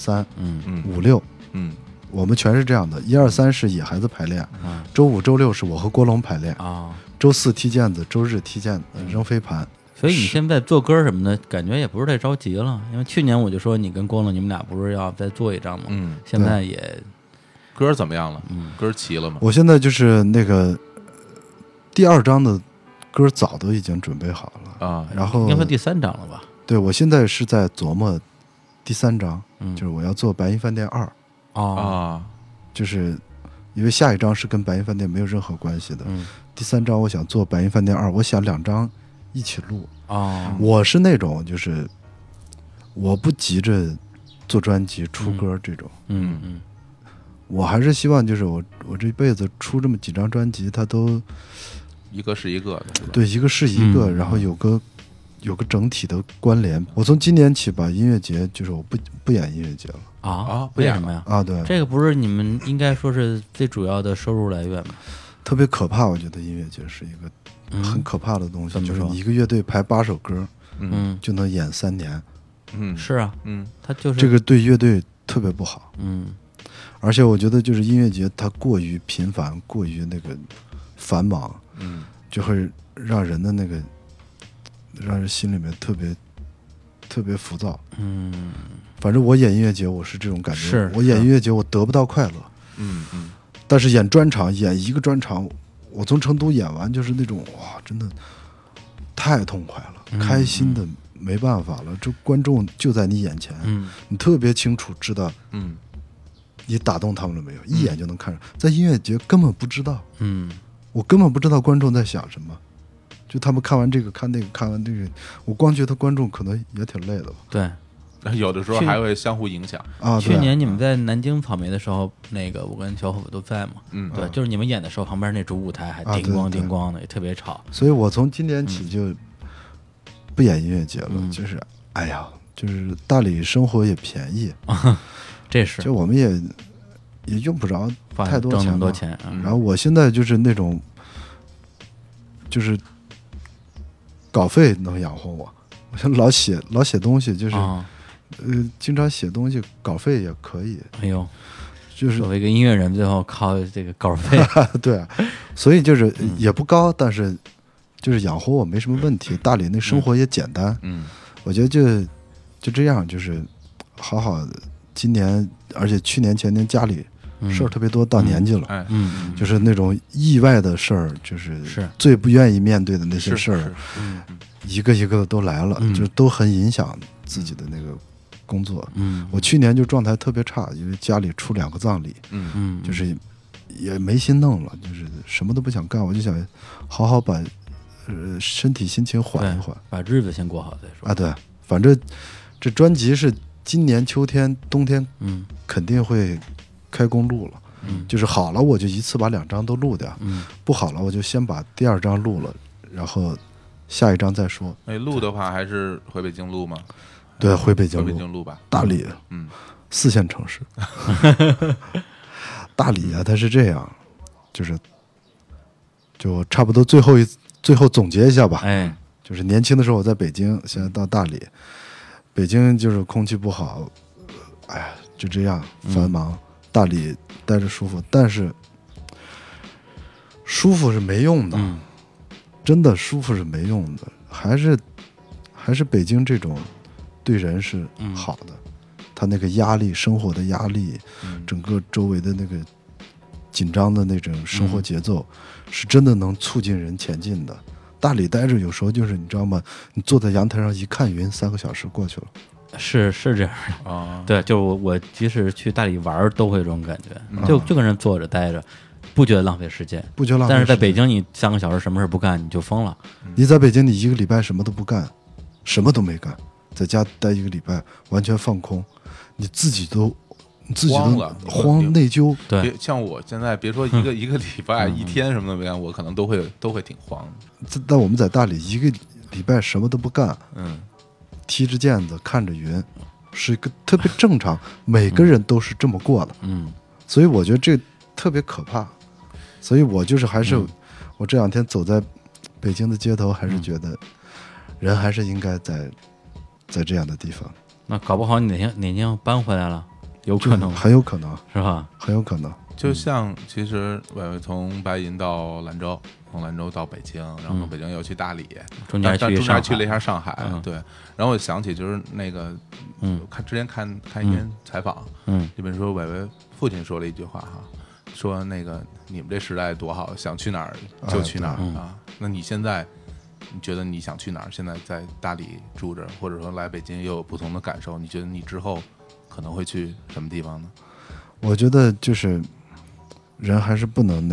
1、2、3、5、6，我们全是这样的。1、2、3是野孩子排练，周5、周6是我和郭龙排练啊。周4踢毽子，周日踢毽子，扔飞盘。 所以你现在做歌什么的，感觉也不是太着急了，因为去年我就说你跟郭龙你们俩不是要再做一张吗？现在也歌怎么样了？歌齐了吗？ 我现在就是那个第2张的歌早都已经准备好了啊，然后应该算第3张了吧？ 对，我现在是在琢磨第3张，就是我要做白银饭店2啊，就是因为下一张是跟白银饭店没有任何关系的，第3张我想做白银饭店2，我想2张一起录啊。我是那种就是我不急着做专辑出歌这种，我还是希望就是我这辈子出这么几张专辑，它都一个是一个的， 对，一个是一个，然后有个整体的关联。我从今年起把音乐节，就是我不演音乐节了啊，为什么呀？ 啊，对， 这个不是你们应该说是最主要的收入来源吗？ 特别可怕，我觉得音乐节是一个很可怕的东西，就是你一个乐队排8首歌，就能演3年， 是啊，他就是这个对乐队特别不好，而且我觉得就是音乐节它过于频繁，过于那个繁忙，就会让人的那个让人心里面特别浮躁，反正我演音乐节我是这种感觉，我演音乐节我得不到快乐，但是演专场，演一个专场，我从成都演完就是那种哇，真的太痛快了，开心的没办法了。这观众就在你眼前，你特别清楚知道，你打动他们了没有？一眼就能看出。在音乐节根本不知道，我根本不知道观众在想什么。就他们看完这个，看那个，看完这个，我光觉得观众可能也挺累的吧。 对。 有的时候还会相互影响啊。 去年你们在南京草莓的时候，那个我跟小伙都在嘛，对，就是你们演的时候，旁边那主舞台还叮咣叮咣的，也特别吵。 所以我从今年起就不演音乐节了，就是哎呀，就是大理生活也便宜， 这是， 就我们也用不着太多钱， 挣那么多钱。 然后我现在就是那种，就是稿费能养活我，我现在老写东西，就是。经常写东西，稿费也可以。 哎呦， 就是作为一个音乐人，最后靠这个稿费， 对啊，所以就是也不高，但是就是养活我没什么问题。大理那生活也简单，我觉得就这样，就是好好的。今年，而且去年前年家里事儿特别多，到年纪了，就是那种意外的事儿，就是最不愿意面对的那些事儿，一个一个的都来了，就都很影响自己的那个工作。我去年就状态特别差，因为家里出2个葬礼，就是也没心弄了，就是什么都不想干，我就想好好把身体心情缓一缓， 把日子先过好再说啊。对，反正这专辑是今年秋天冬天肯定会开工录了，就是好了我就一次把2张都录掉，不好了我就先把第2张录了，然后下一张再说。 录的话还是回北京录吗？ 对，回北京录吧。 大理，4线城市。大理啊，它是这样，就差不多最后总结一下吧。就是年轻的时候我在北京，现在到大理，北京就是空气不好，哎呀，就这样繁忙。大理待着舒服，但是舒服是没用的，真的舒服是没用的，还是北京这种对人是好的。他那个压力，生活的压力，整个周围的那个紧张的那种生活节奏，是真的能促进人前进的。大理待着有时候就是你知道吗？你坐在阳台上一看云，3个小时过去了。 是这样的啊，对，就我即使去大理玩都会有这种感觉，就跟人坐着待着，不觉得浪费时间， 不觉得浪费时间。 但是在北京，你3个小时什么事不干，你就疯了。 你在北京，你1个礼拜什么都不干，什么都没干，在家待1个礼拜，完全放空，你自己都慌内疚。 对， 像我现在别说一个礼拜1天什么都没干，我可能都会挺慌的。但我们在大理1个礼拜什么都不干，踢着毽子看着云，是一个特别正常，每个人都是这么过的。所以我觉得这特别可怕。所以我就是还是我这2天走在北京的街头，还是觉得人还是应该在这样的地方。 那搞不好你哪天搬回来了，有可能， 很有可能， 是吧？ 很有可能。 就像其实伟伟从白银到兰州，从兰州到北京，然后从北京又去大理， 中间去了一下上海，对。然后我想起就是那个，之前看一篇采访，里面说伟伟父亲说了一句话哈，说那个你们这时代多好，想去哪儿就去哪儿啊。那你现在你觉得你想去哪儿？现在在大理住着，或者说来北京又有不同的感受，你觉得你之后可能会去什么地方呢？ 我觉得就是人还是不能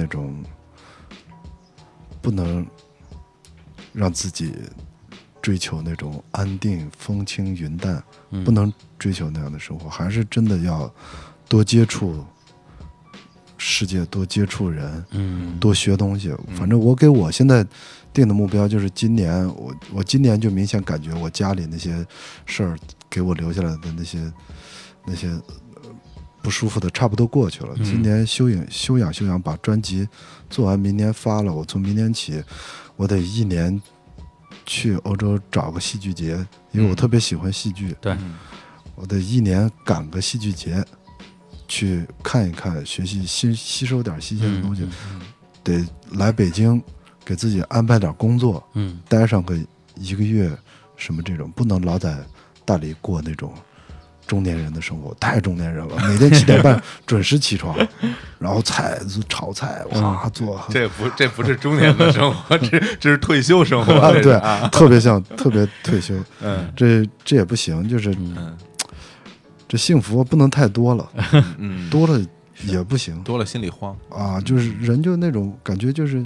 让自己追求那种安定风轻云淡，不能追求那样的生活，还是真的要多接触世界，多接触人，多学东西。反正我给我现在定的目标就是今年，我今年就明显感觉我家里那些事儿给我留下来的那些不舒服的差不多过去了。今年休养，把专辑做完，明年发了。我从明年起，我得1年去欧洲找个戏剧节，因为我特别喜欢戏剧。 对， 我得1年赶个戏剧节，去看一看，学习吸收点新鲜的东西。得来北京，给自己安排点工作，待上个1个月，什么这种，不能老在大理过那种中年人的生活，太中年人了。每天7点半准时起床，然后炒菜，哇，做。 这不是中年的生活，这是退休生活。 对，特别退休。这也不行，就是这幸福不能太多了，多了也不行， 多了心里慌啊。就是人就那种感觉，就是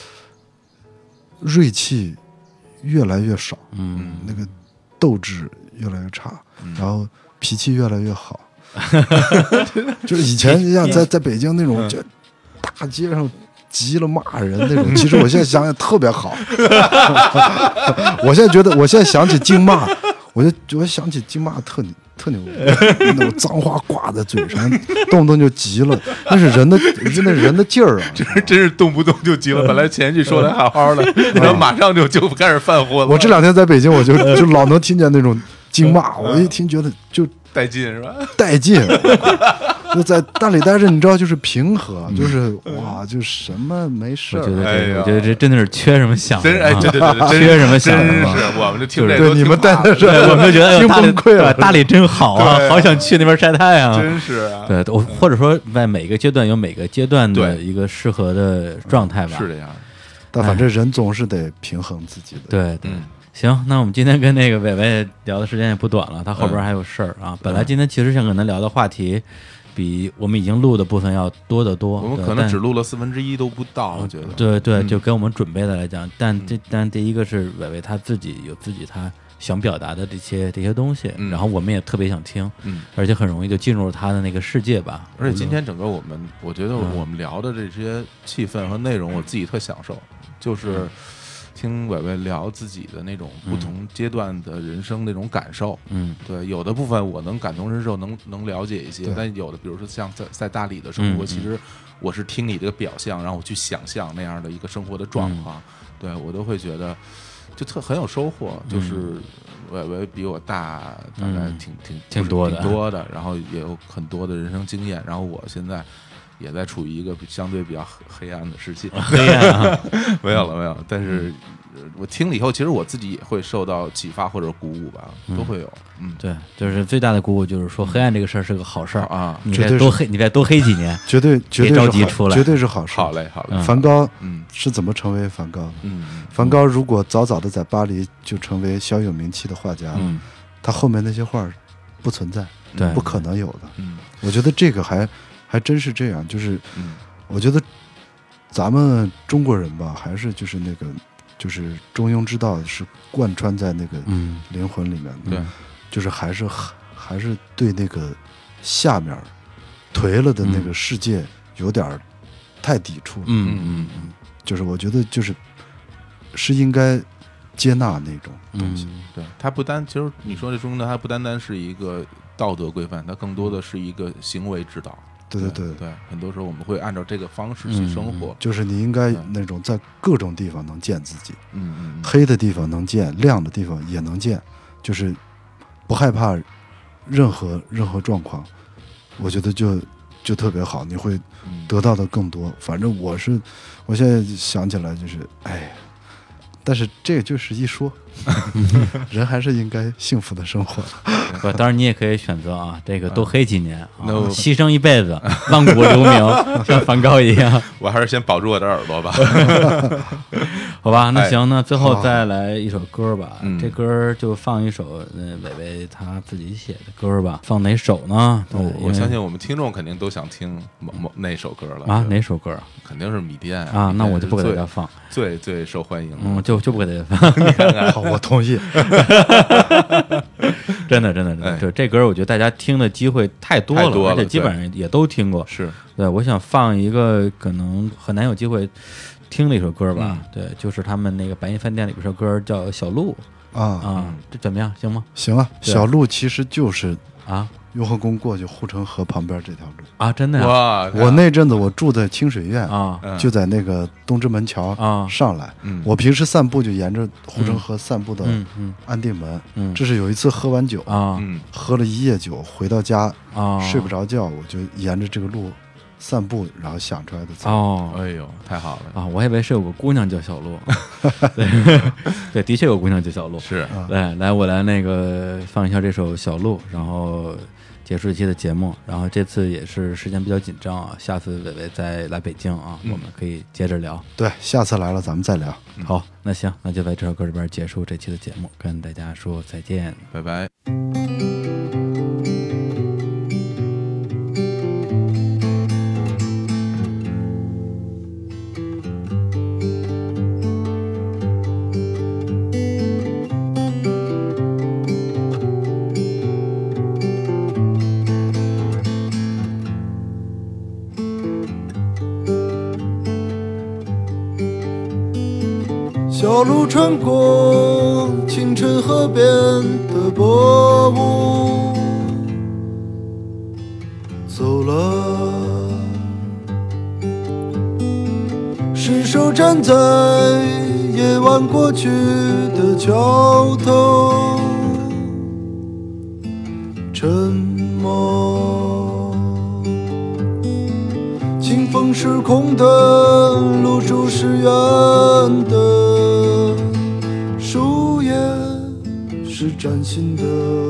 锐气越来越少，那个斗志越来越差，然后脾气越来越好。就是以前像在北京那种，就大街上急了骂人那种，其实我现在想想特别好。我现在想起京骂，我想起京骂特牛，那种脏话挂在嘴上，动不动就急了，那是人的劲儿啊！ 真是动不动就急了。本来前一句说的好好的，然后马上就开始犯火了。 我这2天在北京，我就老能听见那种京骂，我一听觉得就带劲是吧？ 带劲。就在大理待着，你知道，就是平和，就是哇，就什么没事。 我觉得这真的是缺什么想， 真是对， 缺什么想， 真是我们就听这对你们待在这， 我们就觉得听崩溃了。 大理真好啊，好想去那边晒太阳。 真是啊， 对，或者说在每个阶段有每个阶段的一个适合的状态吧。 是这样， 但反正人总是得平衡自己的。 对。行，那我们今天跟那个伟伟聊的时间也不短了，他后边还有事儿啊。本来今天其实想跟他聊的话题， 比我们已经录的部分要多得多。 我们可能只录了1/4都不到，我觉得。 对对，就跟我们准备的来讲，但第一个是伟伟他自己有自己他想表达的这些东西，然后我们也特别想听，而且很容易就进入他的那个世界吧。 而且今天整个我觉得我们聊的这些气氛和内容，我自己特享受，就是听伟伟聊自己的那种不同阶段的人生那种感受。对，有的部分我能感同身受，能了解一些，但有的比如说像在大理的生活，其实我是听你这个表象，然后我去想象那样的一个生活的状况，对我都会觉得就很有收获。就是伟伟比我大概挺多的，然后也有很多的人生经验，然后我现在也在处于一个相对比较黑暗的时期。 黑暗啊， 没有，但是我听了以后，其实我自己也会受到启发或者鼓舞吧，都会有。 对，就是最大的鼓舞就是说，黑暗这个事儿是个好事儿啊！ 你再多黑几年， 绝对着急出来， 绝对是好事。 好嘞。 梵高，是怎么成为梵高的？梵高如果早早的在巴黎就成为小有名气的画家，他后面那些画不存在， 对， 不可能有的。我觉得这个还真是这样，就是我觉得咱们中国人吧，还是就是那个就是中庸之道是贯穿在那个灵魂里面的， 对， 就是还是对那个下面颓了的那个世界有点太抵触了。就是我觉得是应该接纳那种东西。 对，它不单，其实你说这中呢，它不单单是一个道德规范，它更多的是一个行为指导。对，很多时候我们会按照这个方式去生活。 就是你应该那种在各种地方能见自己，黑的地方能见，亮的地方也能见，就是不害怕任何状况。我觉得就特别好，你会得到的更多。反正我现在想起来就是但是这就是一说，人还是应该幸福的生活。 不，当然你也可以选择啊，这个多黑几年，牺牲一辈子，万古留名，像梵高一样。 我还是先保住我的耳朵吧。 好吧，那行，那最后再来一首歌吧。这歌就放一首伟伟他自己写的歌吧。放哪首呢？ 我相信我们听众肯定都想听那首歌了啊。哪首歌？ 肯定是米店啊。那我就不给大家放， 最受欢迎。 就不给大家放。 你看看， 好，我同意。 真的，就这歌，我觉得大家听的机会太多了，而且基本上也都听过。 是对，我想放一个可能很难有机会听的一首歌吧。对，就是他们那个白银饭店里有首歌叫《小鹿》这怎么样？行吗？ 行啊，小鹿其实就是啊。 雍和宫过去护城河旁边这条路啊，真的呀！ 哇， 我那阵子我住在清水院啊， 就在那个东直门桥上来。我平时散步就沿着护城河散步到安定门。这是有一次喝完酒喝了一夜酒，回到家睡不着觉，我就沿着这个路散步，然后想出来的词。 哎呦，太好了啊！我还以为是有个姑娘叫小鹿。对，的确有姑娘叫小鹿。 是， 来，我来那个放一下这首小鹿，然后结束一期的节目。然后这次也是时间比较紧张啊，下次伟伟再来北京啊，我们可以接着聊。 对，下次来了咱们再聊。 好，那行，那就在这首歌里边结束这期的节目，跟大家说再见， 拜拜。 小路穿过清晨河边的薄雾，走了，伸手站在夜晚过去的桥头，沉默，清风是空的，露珠是圆的，树叶是崭新的，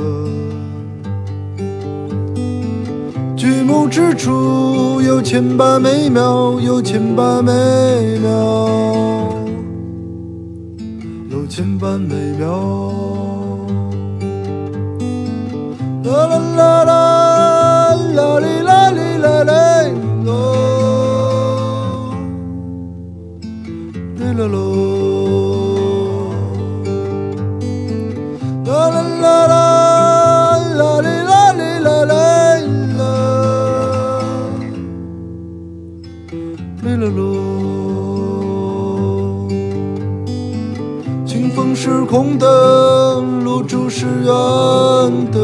举目之处有千百美妙，有千百美妙，有千百美妙。啦啦啦啦啦哩啦哩。 清风是空的，露珠是圆的，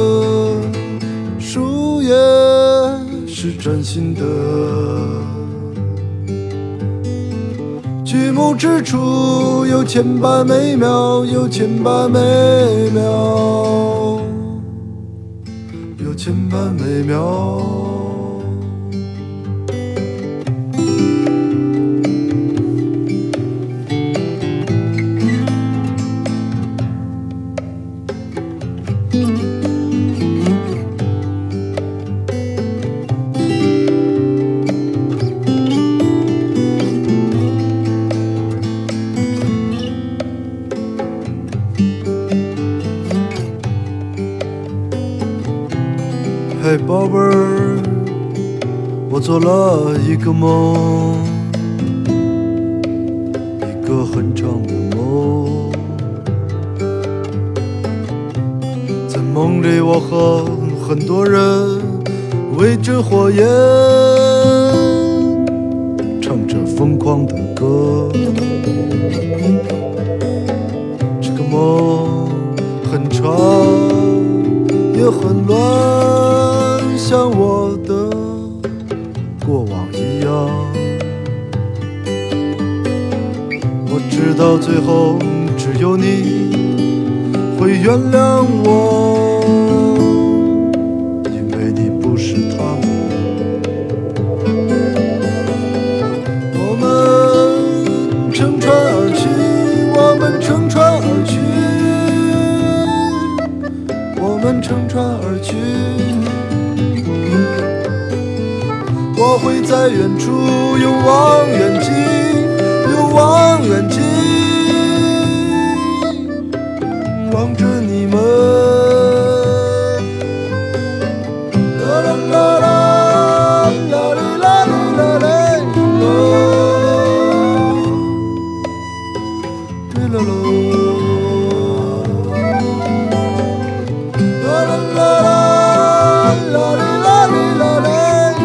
树叶是崭新的。举目之处有千般美妙，有千般美妙，有千般美妙。嘿，宝贝儿，我做了一个梦，一个很长的梦。在梦里，我和很多人围着火焰，唱着疯狂的歌。这个梦很长，也很乱。像我的过往一样，我知道最后只有你会原谅我，因为你不是他们。我们乘船而去，我们乘船而去，我们乘船而去。我会在远处用望远镜，用望远镜望着你们。啦啦啦啦，啦哩啦哩啦嘞喽，嘞啦喽，啦啦啦啦，啦哩啦哩啦嘞。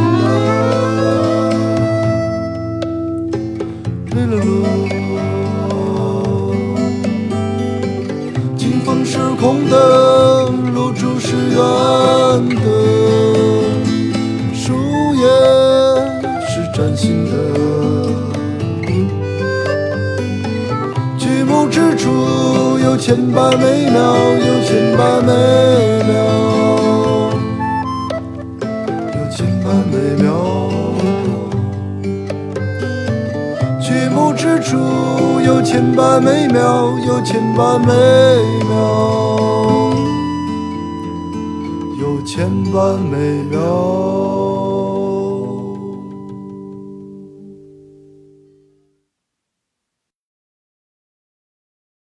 清风是空的，露珠是圆的，树叶是崭新的。举目之处有千般美妙，有千般美妙，有千般美妙。举目之处有千般美妙，有千般美妙，有千般美妙。